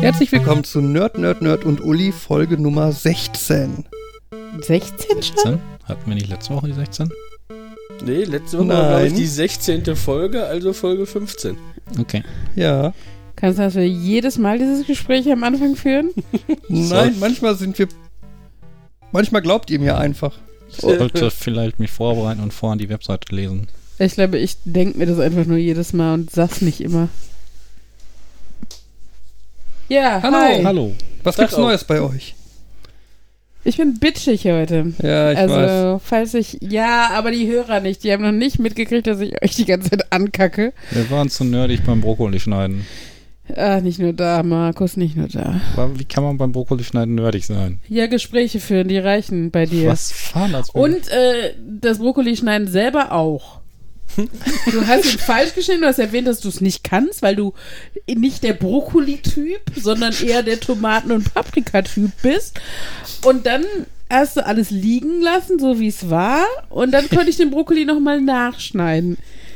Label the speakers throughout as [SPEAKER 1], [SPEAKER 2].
[SPEAKER 1] Herzlich willkommen zu Nerd, Nerd, Nerd und Uli, Folge Nummer 16.
[SPEAKER 2] 16 schon?
[SPEAKER 3] Hatten wir nicht letzte Woche die 16?
[SPEAKER 4] Nee, letzte Woche war, glaube ich, die 16. Folge, also Folge 15.
[SPEAKER 3] Okay.
[SPEAKER 1] Ja.
[SPEAKER 2] Kannst du, dass wir jedes Mal dieses Gespräch am Anfang führen?
[SPEAKER 1] Nein, manchmal glaubt ihr mir einfach.
[SPEAKER 3] Ich sollte vielleicht mich vorbereiten und vorher die Webseite lesen.
[SPEAKER 2] Ich glaube, ich denke mir das einfach nur jedes Mal und sag's nicht immer. Ja,
[SPEAKER 1] Hallo.
[SPEAKER 2] hi.
[SPEAKER 3] Hallo.
[SPEAKER 1] Was gibt's Neues bei euch?
[SPEAKER 2] Ich bin bitchig heute.
[SPEAKER 1] Ja, ich weiß.
[SPEAKER 2] Aber die Hörer nicht. Die haben noch nicht mitgekriegt, dass ich euch die ganze Zeit ankacke.
[SPEAKER 3] Wir waren zu nerdig beim Brokkoli schneiden.
[SPEAKER 2] Nicht nur da, Markus, nicht nur da.
[SPEAKER 3] Aber wie kann man beim Brokkoli schneiden nerdig sein?
[SPEAKER 2] Ja, Gespräche führen, die reichen bei dir.
[SPEAKER 3] Was fahren das?
[SPEAKER 2] Und das Brokkoli schneiden selber auch. Du hast ihn falsch geschnitten, du hast erwähnt, dass du es nicht kannst, weil du nicht der Brokkoli-Typ, sondern eher der Tomaten- und Paprika-Typ bist. Und dann hast du alles liegen lassen, so wie es war. Und dann konnte ich den Brokkoli nochmal nachschneiden.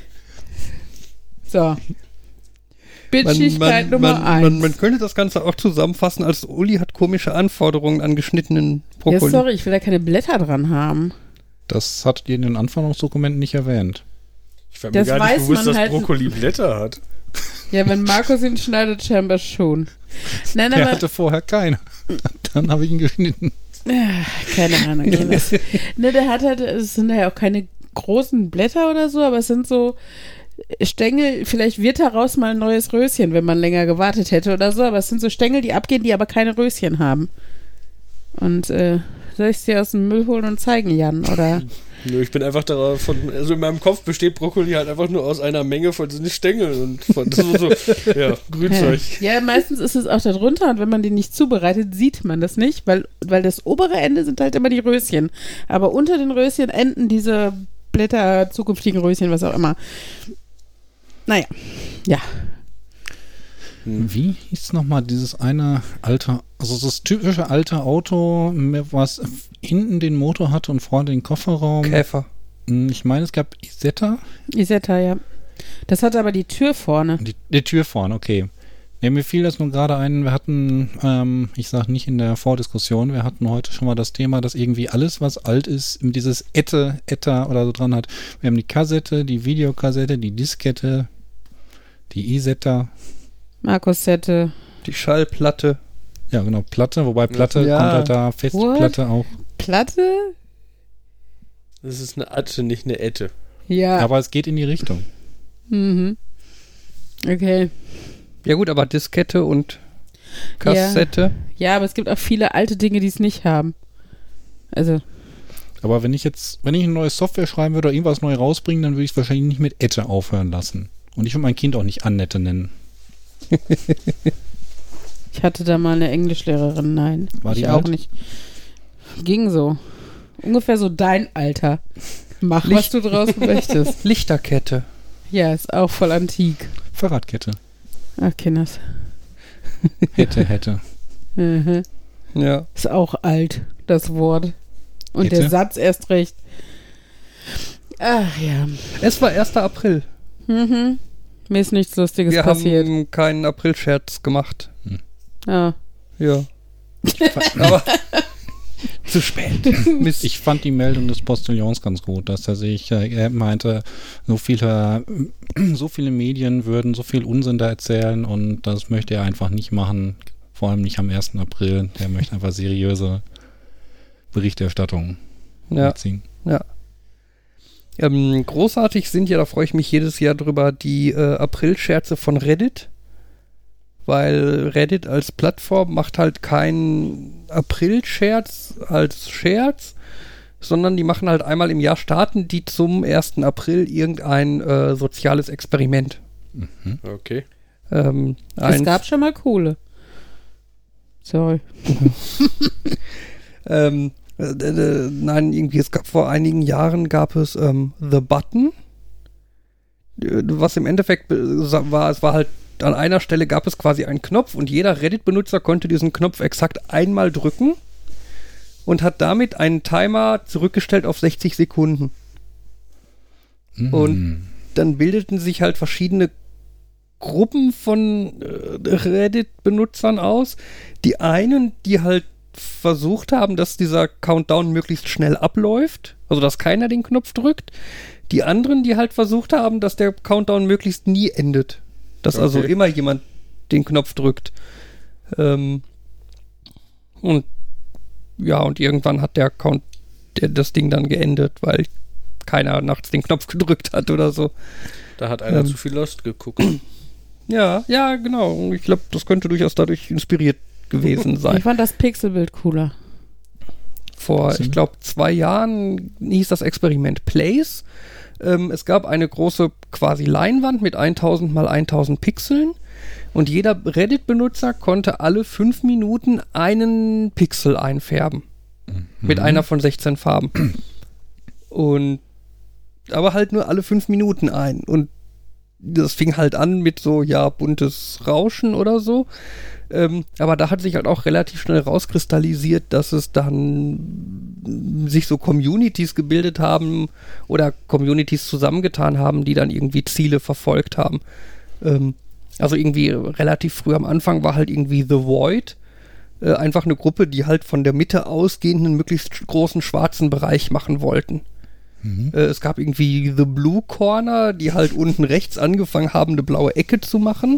[SPEAKER 2] So. Bitchigkeit Nummer 1.
[SPEAKER 1] Man könnte das Ganze auch zusammenfassen, als Uli hat komische Anforderungen an geschnittenen Brokkoli.
[SPEAKER 2] Ja, sorry, ich will da keine Blätter dran haben.
[SPEAKER 3] Das hattet ihr in den Anforderungsdokumenten nicht erwähnt.
[SPEAKER 4] Ich war mir gar nicht bewusst, dass Brokkoli Blätter hat.
[SPEAKER 2] Ja, wenn Markus ihn schneidet, scheinbar schon. Nein,
[SPEAKER 3] Er
[SPEAKER 2] aber
[SPEAKER 3] hatte vorher keine. Dann habe ich ihn geschnitten.
[SPEAKER 2] Keine Ahnung. Ne, der hat halt, es sind ja auch keine großen Blätter oder so, aber es sind so Stängel, vielleicht wird daraus mal ein neues Röschen, wenn man länger gewartet hätte oder so, aber es sind so Stängel, die abgehen, die aber keine Röschen haben. Und soll ich es dir aus dem Müll holen und zeigen, Jan, oder?
[SPEAKER 4] Nö, ich bin einfach davon, also in meinem Kopf besteht Brokkoli halt einfach nur aus einer Menge von so Stängeln und von so Grünzeug.
[SPEAKER 2] Ja, meistens ist es auch da drunter und wenn man den nicht zubereitet, sieht man das nicht, weil das obere Ende sind halt immer die Röschen. Aber unter den Röschen enden diese Blätter, zukünftigen Röschen, was auch immer. Naja, ja.
[SPEAKER 3] Wie hieß nochmal dieses eine alte, also das typische alte Auto, was hinten den Motor hatte und vorne den Kofferraum?
[SPEAKER 1] Käfer.
[SPEAKER 3] Ich meine, es gab Isetta.
[SPEAKER 2] Isetta, ja. Das hatte aber die Tür vorne.
[SPEAKER 3] Die Tür vorne, okay. Ja, mir fiel das nur gerade ein, wir hatten, ich sag nicht in der Vordiskussion, wir hatten heute schon mal das Thema, dass irgendwie alles, was alt ist, dieses Etta oder so dran hat. Wir haben die Kassette, die Videokassette, die Diskette, die Isetta.
[SPEAKER 2] Markus-Sette.
[SPEAKER 1] Die Schallplatte.
[SPEAKER 3] Ja, genau, Platte, wobei Platte kommt halt da, Festplatte auch.
[SPEAKER 2] Platte?
[SPEAKER 4] Das ist eine Atte, nicht eine Ette.
[SPEAKER 2] Ja.
[SPEAKER 3] Aber es geht in die Richtung.
[SPEAKER 2] Mhm. Okay.
[SPEAKER 1] Ja gut, aber Diskette und Kassette.
[SPEAKER 2] Ja, aber es gibt auch viele alte Dinge, die es nicht haben. Also.
[SPEAKER 3] Aber wenn ich eine neue Software schreiben würde oder irgendwas neu rausbringen, dann würde ich es wahrscheinlich nicht mit Ette aufhören lassen. Und ich würde mein Kind auch nicht Annette nennen.
[SPEAKER 2] Ich hatte da mal eine Englischlehrerin, nein.
[SPEAKER 3] War die
[SPEAKER 2] ich
[SPEAKER 3] alt?
[SPEAKER 2] auch nicht. Ging so. Ungefähr so dein Alter. Mach, was du draus möchtest.
[SPEAKER 1] Lichterkette.
[SPEAKER 2] Ja, ist auch voll antik.
[SPEAKER 3] Fahrradkette.
[SPEAKER 2] Ach, Kinders.
[SPEAKER 3] Hätte.
[SPEAKER 2] Mhm.
[SPEAKER 1] Ja.
[SPEAKER 2] Ist auch alt, das Wort. Und
[SPEAKER 3] Hätte?
[SPEAKER 2] der Satz erst recht. Ach ja.
[SPEAKER 1] Es war 1. April.
[SPEAKER 2] Mhm. Mir ist nichts Lustiges
[SPEAKER 1] Wir
[SPEAKER 2] passiert.
[SPEAKER 1] haben keinen Aprilscherz gemacht.
[SPEAKER 2] Ja.
[SPEAKER 1] Ja. Aber zu spät. Mist.
[SPEAKER 3] Ich fand die Meldung des Postillons ganz gut, dass er meinte, so viele Medien würden so viel Unsinn da erzählen und das möchte er einfach nicht machen, vor allem nicht am 1. April. Er möchte einfach seriöse Berichterstattung ziehen.
[SPEAKER 1] Ja. Großartig sind ja, da freue ich mich jedes Jahr drüber, die Aprilscherze von Reddit. Weil Reddit als Plattform macht halt keinen April-Scherz als Scherz, sondern die machen halt einmal im Jahr, starten die zum 1. April irgendein soziales Experiment.
[SPEAKER 3] Mhm.
[SPEAKER 4] Okay.
[SPEAKER 2] Es gab schon mal Kohle. Sorry.
[SPEAKER 1] Nein, irgendwie, vor einigen Jahren gab es The Button, was im Endeffekt war, es war halt an einer Stelle gab es quasi einen Knopf und jeder Reddit-Benutzer konnte diesen Knopf exakt einmal drücken und hat damit einen Timer zurückgestellt auf 60 Sekunden. Und dann bildeten sich halt verschiedene Gruppen von Reddit-Benutzern aus. Die einen, die halt versucht haben, dass dieser Countdown möglichst schnell abläuft, also dass keiner den Knopf drückt. Die anderen, die halt versucht haben, dass der Countdown möglichst nie endet. Dass also immer jemand den Knopf drückt. Und irgendwann hat das Ding dann geendet, weil keiner nachts den Knopf gedrückt hat oder so.
[SPEAKER 4] Da hat einer zu viel Lost geguckt.
[SPEAKER 1] Ja, genau. Ich glaube, das könnte durchaus dadurch inspiriert gewesen sein.
[SPEAKER 2] Ich fand das Pixelbild cooler.
[SPEAKER 1] Vor, ich glaube, 2 Jahren hieß das Experiment Place. Es gab eine große quasi Leinwand mit 1000 mal 1000 Pixeln und jeder Reddit-Benutzer konnte alle 5 Minuten einen Pixel einfärben. Mit einer von 16 Farben. Aber halt nur alle 5 Minuten ein. Und das fing halt an mit so, buntes Rauschen oder so. Aber da hat sich halt auch relativ schnell rauskristallisiert, dass es dann sich so Communities gebildet haben oder Communities zusammengetan haben, die dann irgendwie Ziele verfolgt haben. Also irgendwie relativ früh am Anfang war halt irgendwie The Void, einfach eine Gruppe, die halt von der Mitte ausgehenden möglichst großen schwarzen Bereich machen wollten. Es gab irgendwie The Blue Corner, die halt unten rechts angefangen haben, eine blaue Ecke zu machen.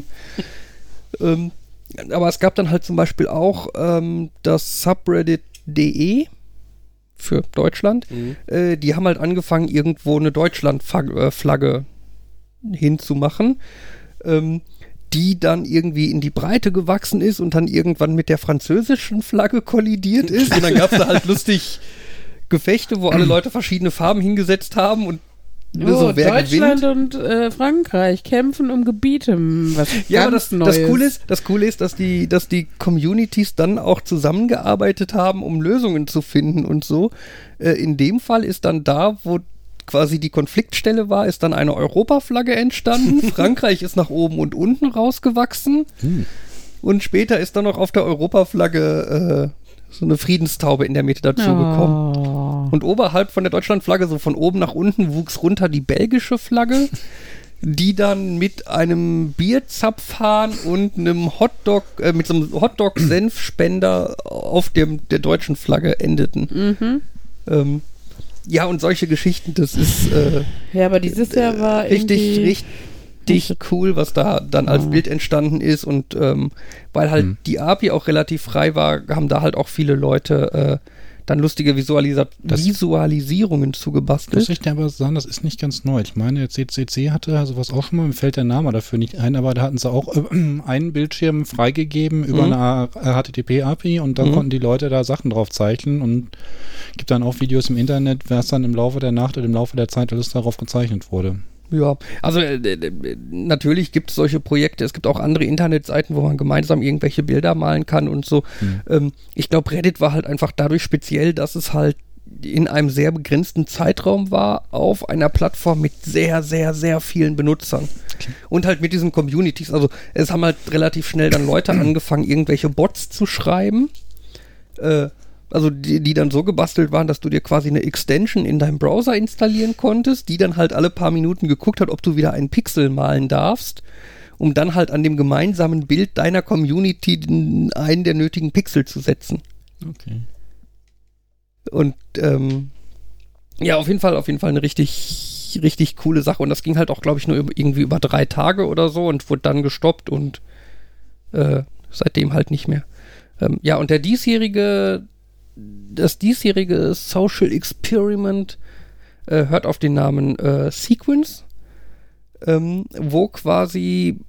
[SPEAKER 1] Aber es gab dann halt zum Beispiel auch das Subreddit.de für Deutschland. Die haben halt angefangen, irgendwo eine Deutschland-Flagge hinzumachen, die dann irgendwie in die Breite gewachsen ist und dann irgendwann mit der französischen Flagge kollidiert ist. Und dann gab es da halt lustig Gefechte, wo alle Leute verschiedene Farben hingesetzt haben und so, wer
[SPEAKER 2] Deutschland
[SPEAKER 1] gewinnt.
[SPEAKER 2] und Frankreich kämpfen um Gebiete. Was
[SPEAKER 1] Ja,
[SPEAKER 2] ganz
[SPEAKER 1] aber das Coole ist, dass die Communities dann auch zusammengearbeitet haben, um Lösungen zu finden und so. In dem Fall ist dann da, wo quasi die Konfliktstelle war, ist dann eine Europaflagge entstanden. Frankreich ist nach oben und unten rausgewachsen. Und später ist dann noch auf der Europaflagge so eine Friedenstaube in der Mitte dazu gekommen. Und oberhalb von der Deutschlandflagge, so von oben nach unten, wuchs runter die belgische Flagge, die dann mit einem Bierzapfhahn und einem Hotdog, mit so einem Hotdog-Senfspender auf der deutschen Flagge endeten. Und solche Geschichten, das ist
[SPEAKER 2] aber dieses Jahr war
[SPEAKER 1] richtig cool, was da dann als Bild entstanden ist und weil halt die API auch relativ frei war, haben da halt auch viele Leute dann lustige Visualisierungen zugebastelt.
[SPEAKER 3] Muss ich dir aber sagen, das ist nicht ganz neu. Ich meine, der CCC hatte sowas auch schon mal, mir fällt der Name dafür nicht ein, aber da hatten sie auch einen Bildschirm freigegeben über eine HTTP-API und dann konnten die Leute da Sachen drauf zeichnen und gibt dann auch Videos im Internet, was dann im Laufe der Nacht oder im Laufe der Zeit alles darauf gezeichnet wurde.
[SPEAKER 1] Ja, also natürlich gibt es solche Projekte, es gibt auch andere Internetseiten, wo man gemeinsam irgendwelche Bilder malen kann und so. Ich glaube, Reddit war halt einfach dadurch speziell, dass es halt in einem sehr begrenzten Zeitraum war, auf einer Plattform mit sehr, sehr, sehr vielen Benutzern. Okay. Und halt mit diesen Communities, also es haben halt relativ schnell dann Leute angefangen, irgendwelche Bots zu schreiben, also die dann so gebastelt waren, dass du dir quasi eine Extension in deinem Browser installieren konntest, die dann halt alle paar Minuten geguckt hat, ob du wieder einen Pixel malen darfst, um dann halt an dem gemeinsamen Bild deiner Community einen der nötigen Pixel zu setzen.
[SPEAKER 3] Okay.
[SPEAKER 1] Und auf jeden Fall eine richtig, richtig coole Sache. Und das ging halt auch, glaube ich, nur irgendwie über 3 Tage oder so und wurde dann gestoppt und seitdem halt nicht mehr. Und das diesjährige Social Experiment hört auf den Namen Sequence, wo quasi,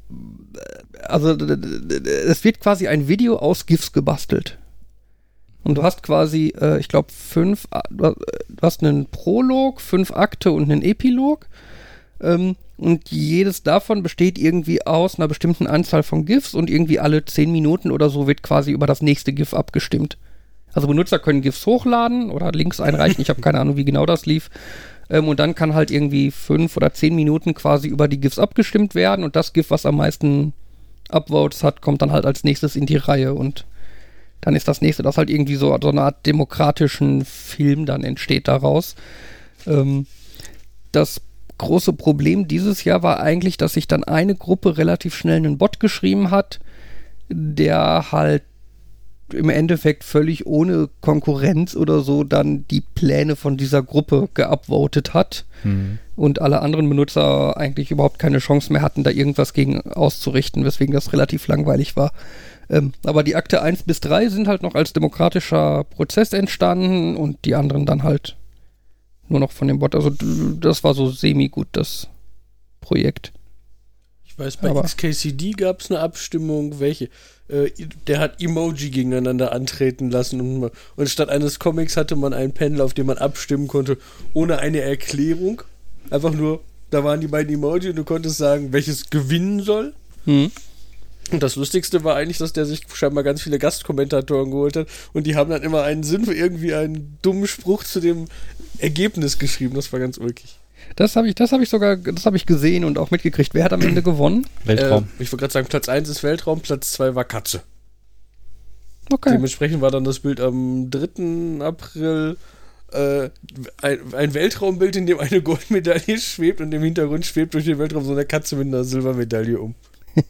[SPEAKER 1] es wird quasi ein Video aus GIFs gebastelt. Und du hast quasi, ich glaube, du hast einen Prolog, 5 Akte und einen Epilog. Und jedes davon besteht irgendwie aus einer bestimmten Anzahl von GIFs und irgendwie alle 10 Minuten oder so wird quasi über das nächste GIF abgestimmt. Also Benutzer können GIFs hochladen oder Links einreichen, ich habe keine Ahnung, wie genau das lief. Und dann kann halt irgendwie 5 oder 10 Minuten quasi über die GIFs abgestimmt werden und das GIF, was am meisten Upvotes hat, kommt dann halt als nächstes in die Reihe und dann ist das nächste, das halt irgendwie so eine Art demokratischen Film dann entsteht daraus. Das große Problem dieses Jahr war eigentlich, dass sich dann eine Gruppe relativ schnell einen Bot geschrieben hat, der halt im Endeffekt völlig ohne Konkurrenz oder so dann die Pläne von dieser Gruppe geupvotet hat und alle anderen Benutzer eigentlich überhaupt keine Chance mehr hatten, da irgendwas gegen auszurichten, weswegen das relativ langweilig war. Aber die Akte 1 bis 3 sind halt noch als demokratischer Prozess entstanden und die anderen dann halt nur noch von dem Bot. Also das war so semi-gut, das Projekt.
[SPEAKER 4] Ich weiß, bei XKCD gab es eine Abstimmung, welche. Der hat Emoji gegeneinander antreten lassen und statt eines Comics hatte man ein Panel, auf dem man abstimmen konnte, ohne eine Erklärung. Einfach nur, da waren die beiden Emoji und du konntest sagen, welches gewinnen soll. Und das Lustigste war eigentlich, dass der sich scheinbar ganz viele Gastkommentatoren geholt hat und die haben dann immer einen Sinn für irgendwie einen dummen Spruch zu dem Ergebnis geschrieben. Das war ganz ulkig.
[SPEAKER 1] Das habe ich gesehen und auch mitgekriegt. Wer hat am Ende gewonnen?
[SPEAKER 3] Weltraum.
[SPEAKER 4] Ich wollte gerade sagen, Platz 1 ist Weltraum, Platz 2 war Katze.
[SPEAKER 1] Okay.
[SPEAKER 4] Dementsprechend war dann das Bild am 3. April ein Weltraumbild, in dem eine Goldmedaille schwebt und im Hintergrund schwebt durch den Weltraum so eine Katze mit einer Silbermedaille um.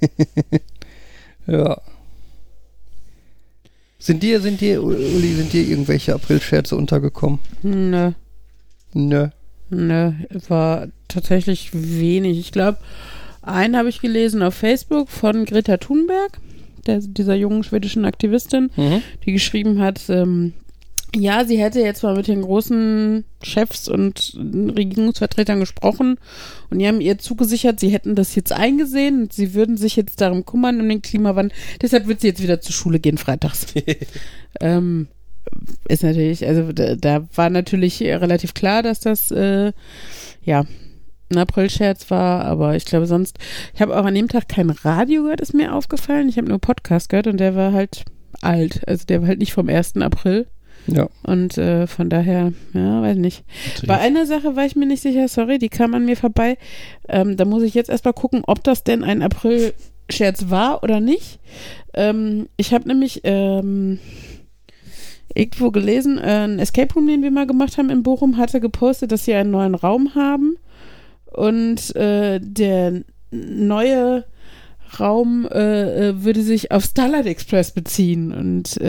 [SPEAKER 1] Ja. Sind dir irgendwelche Aprilscherze untergekommen? Nö.
[SPEAKER 2] War tatsächlich wenig. Ich glaube, einen habe ich gelesen auf Facebook von Greta Thunberg, dieser jungen schwedischen Aktivistin, die geschrieben hat, ja, sie hätte jetzt mal mit den großen Chefs und Regierungsvertretern gesprochen und die haben ihr zugesichert, sie hätten das jetzt eingesehen und sie würden sich jetzt darum kümmern, um den Klimawandel. Deshalb wird sie jetzt wieder zur Schule gehen freitags. Ist natürlich, also da war natürlich relativ klar, dass das ein Aprilscherz war, aber ich glaube sonst, ich habe auch an dem Tag kein Radio gehört, ist mir aufgefallen. Ich habe nur Podcast gehört und der war halt alt, also der war halt nicht vom 1. April.
[SPEAKER 1] Ja.
[SPEAKER 2] Und von daher, ja, weiß nicht. Natürlich. Bei einer Sache war ich mir nicht sicher, sorry, die kam an mir vorbei. Da muss ich jetzt erstmal gucken, ob das denn ein Aprilscherz war oder nicht. Ich habe nämlich irgendwo gelesen, ein Escape Room, den wir mal gemacht haben in Bochum, hatte gepostet, dass sie einen neuen Raum haben und der neue Raum würde sich auf Starlight Express beziehen und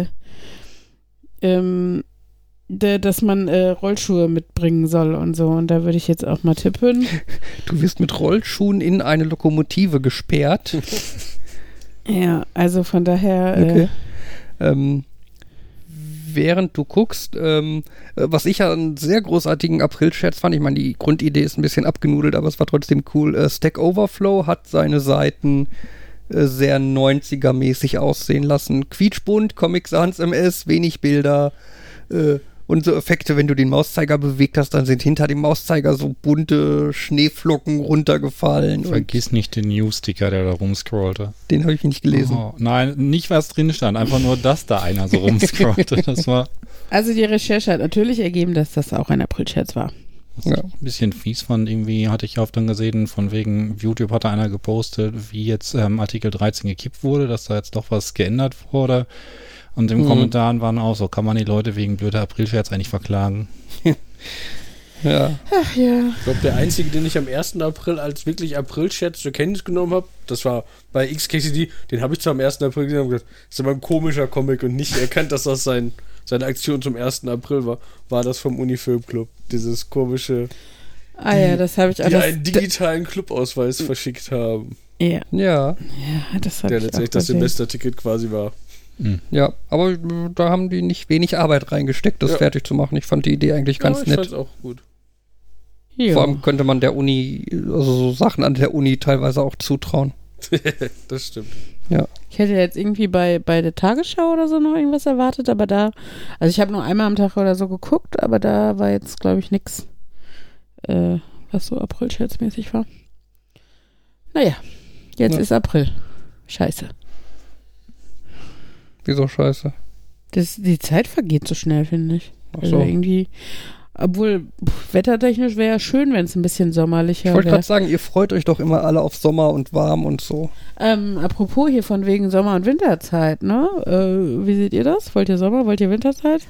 [SPEAKER 2] dass man Rollschuhe mitbringen soll und so. Und da würde ich jetzt auch mal tippen.
[SPEAKER 1] Du wirst mit Rollschuhen in eine Lokomotive gesperrt.
[SPEAKER 2] Ja, also von daher.
[SPEAKER 1] Okay. Während du guckst, was ich ja einen sehr großartigen Aprilscherz fand, ich meine, die Grundidee ist ein bisschen abgenudelt, aber es war trotzdem cool. Stack Overflow hat seine Seiten sehr 90er-mäßig aussehen lassen. Quietschbunt, Comic Sans MS, wenig Bilder und so Effekte, wenn du den Mauszeiger bewegt hast, dann sind hinter dem Mauszeiger so bunte Schneeflocken runtergefallen.
[SPEAKER 3] Vergiss nicht den Newsticker, der da rumscrollte.
[SPEAKER 1] Den habe ich nicht gelesen.
[SPEAKER 3] Oh, nein, nicht was drin stand, einfach nur, dass da einer so rumscrollte. Das war...
[SPEAKER 2] Also die Recherche hat natürlich ergeben, dass das auch ein Aprilscherz war.
[SPEAKER 3] Was ich ein bisschen fies fand, irgendwie hatte ich oft dann gesehen, von wegen YouTube hatte einer gepostet, wie jetzt Artikel 13 gekippt wurde, dass da jetzt doch was geändert wurde. Und im Kommentaren waren auch so, kann man die Leute wegen blöder Aprilscherz eigentlich verklagen?
[SPEAKER 1] Ja.
[SPEAKER 2] Ach ja.
[SPEAKER 4] Ich glaube, der einzige, den ich am 1. April als wirklich Aprilscherz zur Kenntnis genommen habe, das war bei XKCD, den habe ich zwar am 1. April gesehen und gesagt, das ist aber ein komischer Comic und nicht erkannt, dass das seine Aktion zum 1. April war das vom Unifilm-Club. Dieses komische,
[SPEAKER 2] das habe ich auch.
[SPEAKER 4] Die einen digitalen Clubausweis verschickt haben.
[SPEAKER 2] Ja.
[SPEAKER 1] Ja.
[SPEAKER 2] Ja, das habe
[SPEAKER 4] der
[SPEAKER 2] ich
[SPEAKER 4] letztendlich
[SPEAKER 2] auch
[SPEAKER 4] das
[SPEAKER 2] gesehen.
[SPEAKER 4] Semesterticket quasi war.
[SPEAKER 1] Ja, aber da haben die nicht wenig Arbeit reingesteckt, das fertig zu machen. Ich fand die Idee eigentlich ganz
[SPEAKER 4] ich
[SPEAKER 1] nett.
[SPEAKER 4] fand's auch gut.
[SPEAKER 2] Ja.
[SPEAKER 1] Vor allem könnte man der Uni, also so Sachen an der Uni teilweise auch zutrauen.
[SPEAKER 4] Das stimmt.
[SPEAKER 1] Ja.
[SPEAKER 2] Ich hätte jetzt irgendwie bei der Tagesschau oder so noch irgendwas erwartet, aber also ich habe nur einmal am Tag oder so geguckt, aber da war jetzt, glaube ich, nichts, was so Aprilscherzmäßig war. Naja, jetzt ist April. Scheiße.
[SPEAKER 1] Wieso scheiße?
[SPEAKER 2] Die Zeit vergeht so schnell, finde ich.
[SPEAKER 1] Ach
[SPEAKER 2] Also
[SPEAKER 1] so.
[SPEAKER 2] irgendwie, obwohl wettertechnisch wäre ja schön, wenn es ein bisschen sommerlicher
[SPEAKER 1] Ich wollte
[SPEAKER 2] wäre.
[SPEAKER 1] gerade sagen, ihr freut euch doch immer alle auf Sommer und warm und so.
[SPEAKER 2] Apropos hier von wegen Sommer- und Winterzeit, ne? Wie seht ihr das? Wollt ihr Sommer, wollt ihr Winterzeit?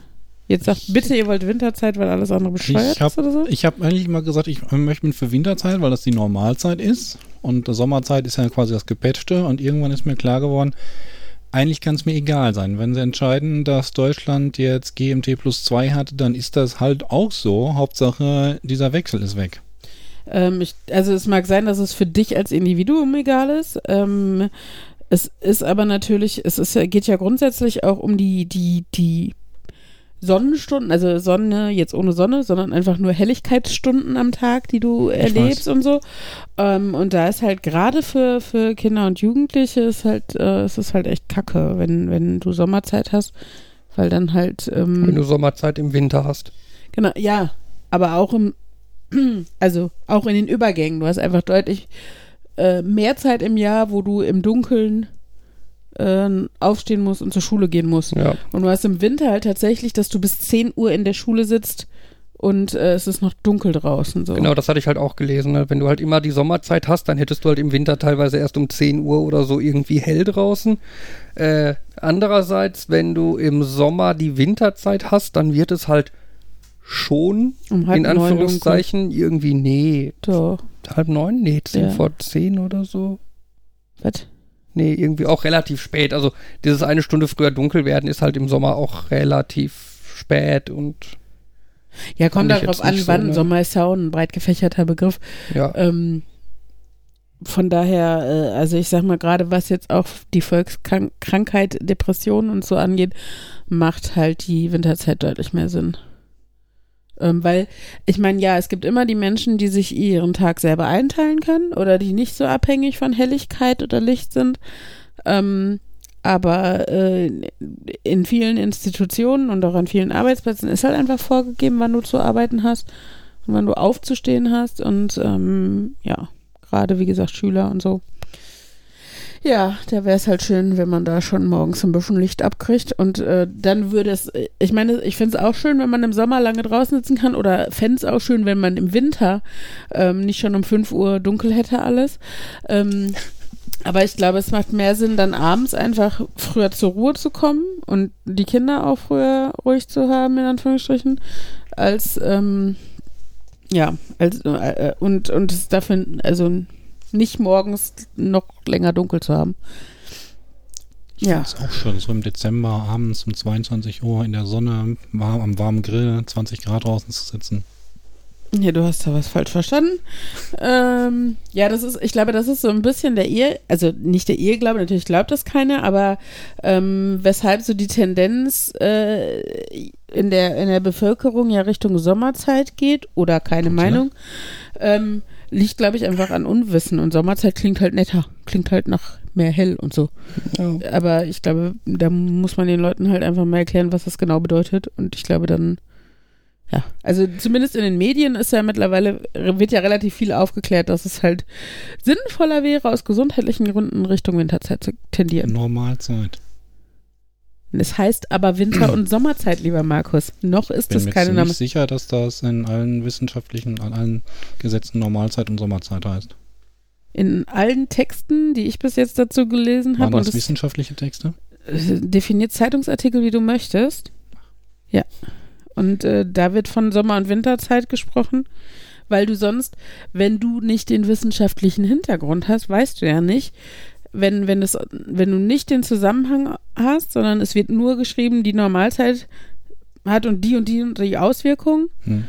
[SPEAKER 2] Jetzt sagt bitte, ihr wollt Winterzeit, weil alles andere bescheuert ist oder so?
[SPEAKER 3] Ich habe eigentlich immer gesagt, ich möchte für Winterzeit, weil das die Normalzeit ist. Und Sommerzeit ist ja quasi das Gepatchte. Und irgendwann ist mir klar geworden, eigentlich kann es mir egal sein. Wenn sie entscheiden, dass Deutschland jetzt GMT+2 hat, dann ist das halt auch so. Hauptsache, dieser Wechsel ist weg.
[SPEAKER 2] Also es mag sein, dass es für dich als Individuum egal ist. Es ist aber natürlich, geht ja grundsätzlich auch um die Sonnenstunden, also Sonne jetzt ohne Sonne, sondern einfach nur Helligkeitsstunden am Tag, die du erlebst und so. Und da ist halt gerade für Kinder und Jugendliche ist es halt echt kacke, wenn du Sommerzeit hast, weil dann halt
[SPEAKER 1] wenn du Sommerzeit im Winter hast.
[SPEAKER 2] Genau, ja, aber auch auch in den Übergängen. Du hast einfach deutlich mehr Zeit im Jahr, wo du im Dunkeln aufstehen musst und zur Schule gehen musst.
[SPEAKER 1] Ja.
[SPEAKER 2] Und du hast im Winter halt tatsächlich, dass du bis 10 Uhr in der Schule sitzt und es ist noch dunkel draußen. So.
[SPEAKER 1] Genau, das hatte ich halt auch gelesen. Ne? Wenn du halt immer die Sommerzeit hast, dann hättest du halt im Winter teilweise erst um 10 Uhr oder so irgendwie hell draußen. Andererseits, wenn du im Sommer die Winterzeit hast, dann wird es halt schon,
[SPEAKER 2] um
[SPEAKER 1] in Anführungszeichen, irgendwie, nee.
[SPEAKER 2] Doch.
[SPEAKER 1] 8:30? Nee, 10 vor 10 oder so.
[SPEAKER 2] Was?
[SPEAKER 1] Nee, irgendwie auch relativ spät. Also dieses eine Stunde früher dunkel werden ist halt im Sommer auch relativ spät und
[SPEAKER 2] ja, kommt darauf an, wann. Ne? Sommer ist ja auch ein breit gefächerter Begriff.
[SPEAKER 1] Ja.
[SPEAKER 2] Von daher, also ich sag mal, gerade was jetzt auch die Volkskrankheit, Depressionen und so angeht, macht halt die Winterzeit deutlich mehr Sinn. Weil, ich meine, ja, es gibt immer die Menschen, die sich ihren Tag selber einteilen können oder die nicht so abhängig von Helligkeit oder Licht sind. Aber in vielen Institutionen und auch an vielen Arbeitsplätzen ist halt einfach vorgegeben, wann du zu arbeiten hast und wann du aufzustehen hast. Und ja, gerade wie gesagt Schüler und so. Ja, da wäre es halt schön, wenn man da schon morgens ein bisschen Licht abkriegt und dann würde es, ich meine, ich finde es auch schön, wenn man im Sommer lange draußen sitzen kann oder fände es auch schön, wenn man im Winter nicht schon um 5 Uhr dunkel hätte alles. Aber ich glaube, es macht mehr Sinn, dann abends einfach früher zur Ruhe zu kommen und die Kinder auch früher ruhig zu haben, in Anführungsstrichen, als, und es dafür, also nicht morgens noch länger dunkel zu haben.
[SPEAKER 3] Ich finde es auch schön, so im Dezember abends um 22 Uhr in der Sonne, am warmen Grill, 20 Grad draußen zu sitzen.
[SPEAKER 2] Ja, du hast da was falsch verstanden. Ja, ich glaube, das ist so ein bisschen also nicht der Irrglaube, natürlich glaubt das keiner, aber weshalb so die Tendenz in der Bevölkerung ja Richtung Sommerzeit geht oder keine Meinung, liegt, glaube ich, einfach an Unwissen und Sommerzeit klingt halt netter, klingt halt nach mehr hell und so. Ja. Aber ich glaube, da muss man den Leuten halt einfach mal erklären, was das genau bedeutet und ich glaube dann, ja, also zumindest in den Medien ist ja mittlerweile, wird ja relativ viel aufgeklärt, dass es halt sinnvoller wäre, aus gesundheitlichen Gründen Richtung Winterzeit zu tendieren.
[SPEAKER 3] Normalzeit.
[SPEAKER 2] Es heißt aber Winter- und Sommerzeit, lieber Markus. Noch ist das keine Name.
[SPEAKER 3] Ich bin mir sicher, dass das in allen an allen Gesetzen Normalzeit und Sommerzeit heißt.
[SPEAKER 2] In allen Texten, die ich bis jetzt dazu gelesen habe.
[SPEAKER 3] Waren das wissenschaftliche Texte?
[SPEAKER 2] Definiert Zeitungsartikel, wie du möchtest. Ja. Und da wird von Sommer- und Winterzeit gesprochen, weil du sonst, wenn du nicht den wissenschaftlichen Hintergrund hast, weißt du ja nicht, wenn du nicht den Zusammenhang hast, sondern es wird nur geschrieben, die Normalzeit hat und die Auswirkungen,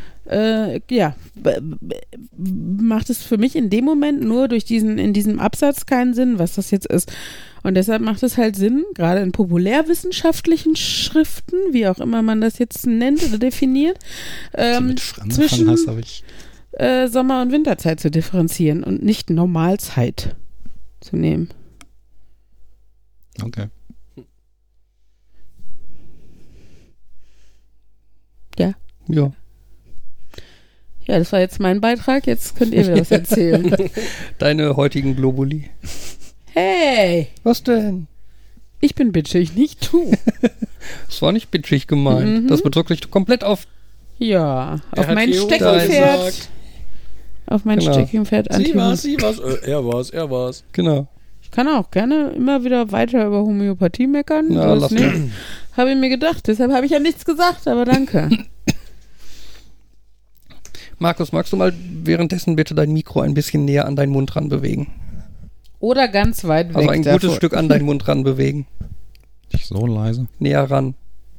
[SPEAKER 2] macht es für mich in dem Moment nur in diesem Absatz keinen Sinn, was das jetzt ist. Und deshalb macht es halt Sinn, gerade in populärwissenschaftlichen Schriften, wie auch immer man das jetzt nennt oder definiert, zwischen Sommer- und Winterzeit zu differenzieren und nicht Normalzeit zu nehmen.
[SPEAKER 3] Okay.
[SPEAKER 2] Ja.
[SPEAKER 1] Ja.
[SPEAKER 2] Ja, das war jetzt mein Beitrag. Jetzt könnt ihr mir was erzählen.
[SPEAKER 1] Deine heutigen Globuli.
[SPEAKER 2] Hey!
[SPEAKER 1] Was denn?
[SPEAKER 2] Ich bin bitchig, nicht du.
[SPEAKER 1] Das war nicht bitchig gemeint. Das bezog sich komplett auf...
[SPEAKER 2] Ja, auf mein Steckenpferd. Auf mein Steckenpferd.
[SPEAKER 4] Sie war's. Er war's.
[SPEAKER 1] Genau.
[SPEAKER 4] Ich
[SPEAKER 2] kann auch gerne immer wieder weiter über Homöopathie meckern.
[SPEAKER 1] Ja, lass
[SPEAKER 2] nicht. Habe ich mir gedacht. Deshalb habe ich ja nichts gesagt, aber danke.
[SPEAKER 1] Markus, magst du mal währenddessen bitte dein Mikro ein bisschen näher an deinen Mund ran bewegen?
[SPEAKER 2] Oder ganz weit weg
[SPEAKER 1] Also ein
[SPEAKER 2] davon.
[SPEAKER 1] gutes Stück an deinen Mund ran bewegen.
[SPEAKER 3] Nicht so leise.
[SPEAKER 1] Näher ran.